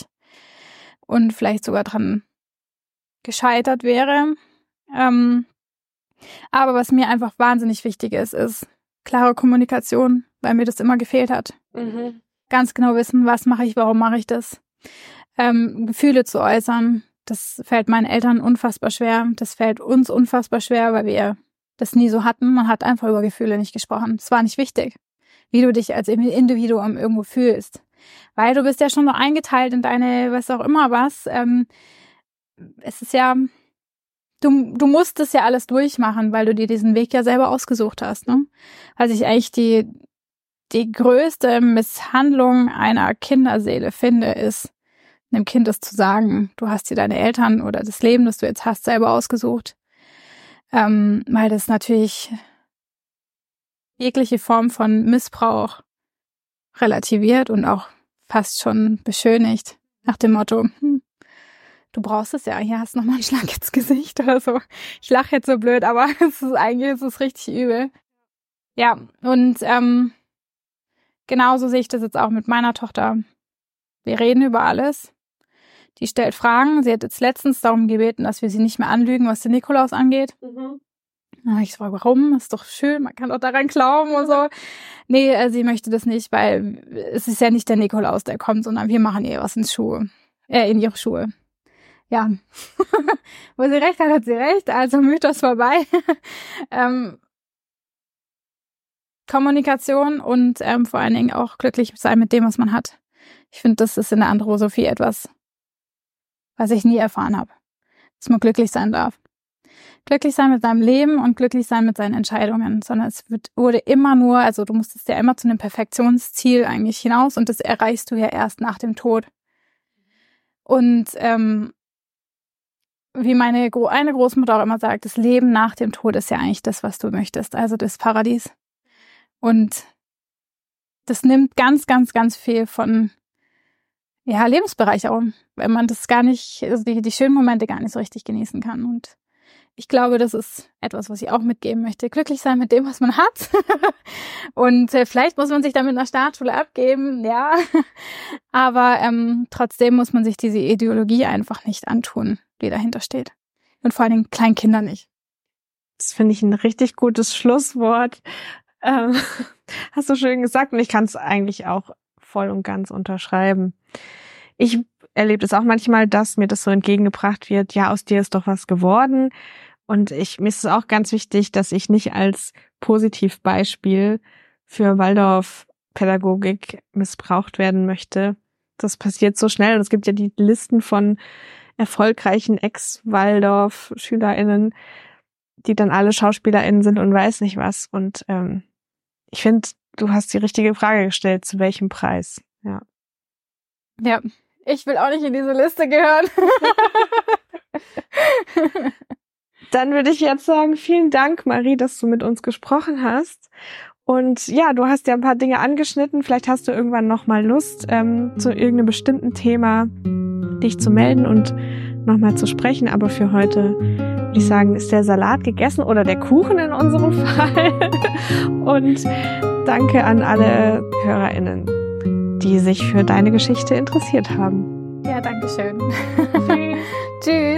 und vielleicht sogar dran gescheitert wäre. Ähm, aber was mir einfach wahnsinnig wichtig ist, ist klare Kommunikation, weil mir das immer gefehlt hat. Mhm. Ganz genau wissen, was mache ich, warum mache ich das. Ähm, Gefühle zu äußern, das fällt meinen Eltern unfassbar schwer. Das fällt uns unfassbar schwer, weil wir das nie so hatten. Man hat einfach über Gefühle nicht gesprochen. Es war nicht wichtig, wie du dich als Individuum irgendwo fühlst. Weil du bist ja schon noch eingeteilt in deine, was auch immer was. Ähm, es ist ja... Du, du musst das ja alles durchmachen, weil du dir diesen Weg ja selber ausgesucht hast, ne? Was ich eigentlich die, die größte Misshandlung einer Kinderseele finde, ist, einem Kind das zu sagen, du hast dir deine Eltern oder das Leben, das du jetzt hast, selber ausgesucht. Ähm, weil das natürlich jegliche Form von Missbrauch relativiert und auch fast schon beschönigt. Nach dem Motto, hm, du brauchst es ja, hier hast du nochmal einen Schlag ins Gesicht oder so. Ich lache jetzt so blöd, aber es ist eigentlich es ist richtig übel. Ja, und ähm, genauso sehe ich das jetzt auch mit meiner Tochter. Wir reden über alles. Die stellt Fragen. Sie hat jetzt letztens darum gebeten, dass wir sie nicht mehr anlügen, was den Nikolaus angeht. Mhm. Na, ich frage, warum? Ist doch schön, man kann doch daran glauben und so. Nee, äh, sie möchte das nicht, weil es ist ja nicht der Nikolaus, der kommt, sondern wir machen ihr was ins Schuhe, äh, in ihre Schuhe. Ja, wo sie recht hat, hat sie recht, also Mythos vorbei. ähm, Kommunikation und ähm, vor allen Dingen auch glücklich sein mit dem, was man hat. Ich finde, das ist in der Anthroposophie etwas, was ich nie erfahren habe, dass man glücklich sein darf. Glücklich sein mit seinem Leben und glücklich sein mit seinen Entscheidungen, sondern es wird, wurde immer nur, also du musstest ja immer zu einem Perfektionsziel eigentlich hinaus und das erreichst du ja erst nach dem Tod. Und ähm, wie meine eine Großmutter auch immer sagt, das Leben nach dem Tod ist ja eigentlich das, was du möchtest, also das Paradies. Und das nimmt ganz, ganz, ganz viel von ja, Lebensbereicherung, wenn man das gar nicht, also die, die schönen Momente gar nicht so richtig genießen kann. Und ich glaube, das ist etwas, was ich auch mitgeben möchte. Glücklich sein mit dem, was man hat. Und äh, vielleicht muss man sich dann mit einer Staatsschule abgeben, ja. Aber ähm, trotzdem muss man sich diese Ideologie einfach nicht antun, die dahinter steht. Und vor allen Dingen Kleinkinder nicht. Das finde ich ein richtig gutes Schlusswort. Ähm, hast du schön gesagt und ich kann es eigentlich auch voll und ganz unterschreiben. Ich erlebe es auch manchmal, dass mir das so entgegengebracht wird, ja, aus dir ist doch was geworden. Und ich, mir ist es auch ganz wichtig, dass ich nicht als Positivbeispiel für Waldorf-Pädagogik missbraucht werden möchte. Das passiert so schnell. Es gibt ja die Listen von erfolgreichen Ex-Waldorf-SchülerInnen, die dann alle SchauspielerInnen sind und weiß nicht was. Und ähm, ich finde, du hast die richtige Frage gestellt, zu welchem Preis? Ja. Ja, ich will auch nicht in diese Liste gehören. Dann würde ich jetzt sagen, vielen Dank, Marie, dass du mit uns gesprochen hast. Und ja, du hast ja ein paar Dinge angeschnitten. Vielleicht hast du irgendwann nochmal Lust, ähm, zu irgendeinem bestimmten Thema dich zu melden und nochmal zu sprechen. Aber für heute würde ich sagen, ist der Salat gegessen oder der Kuchen in unserem Fall. Und danke an alle HörerInnen, die sich für deine Geschichte interessiert haben. Ja, danke schön. Tschüss. Tschüss.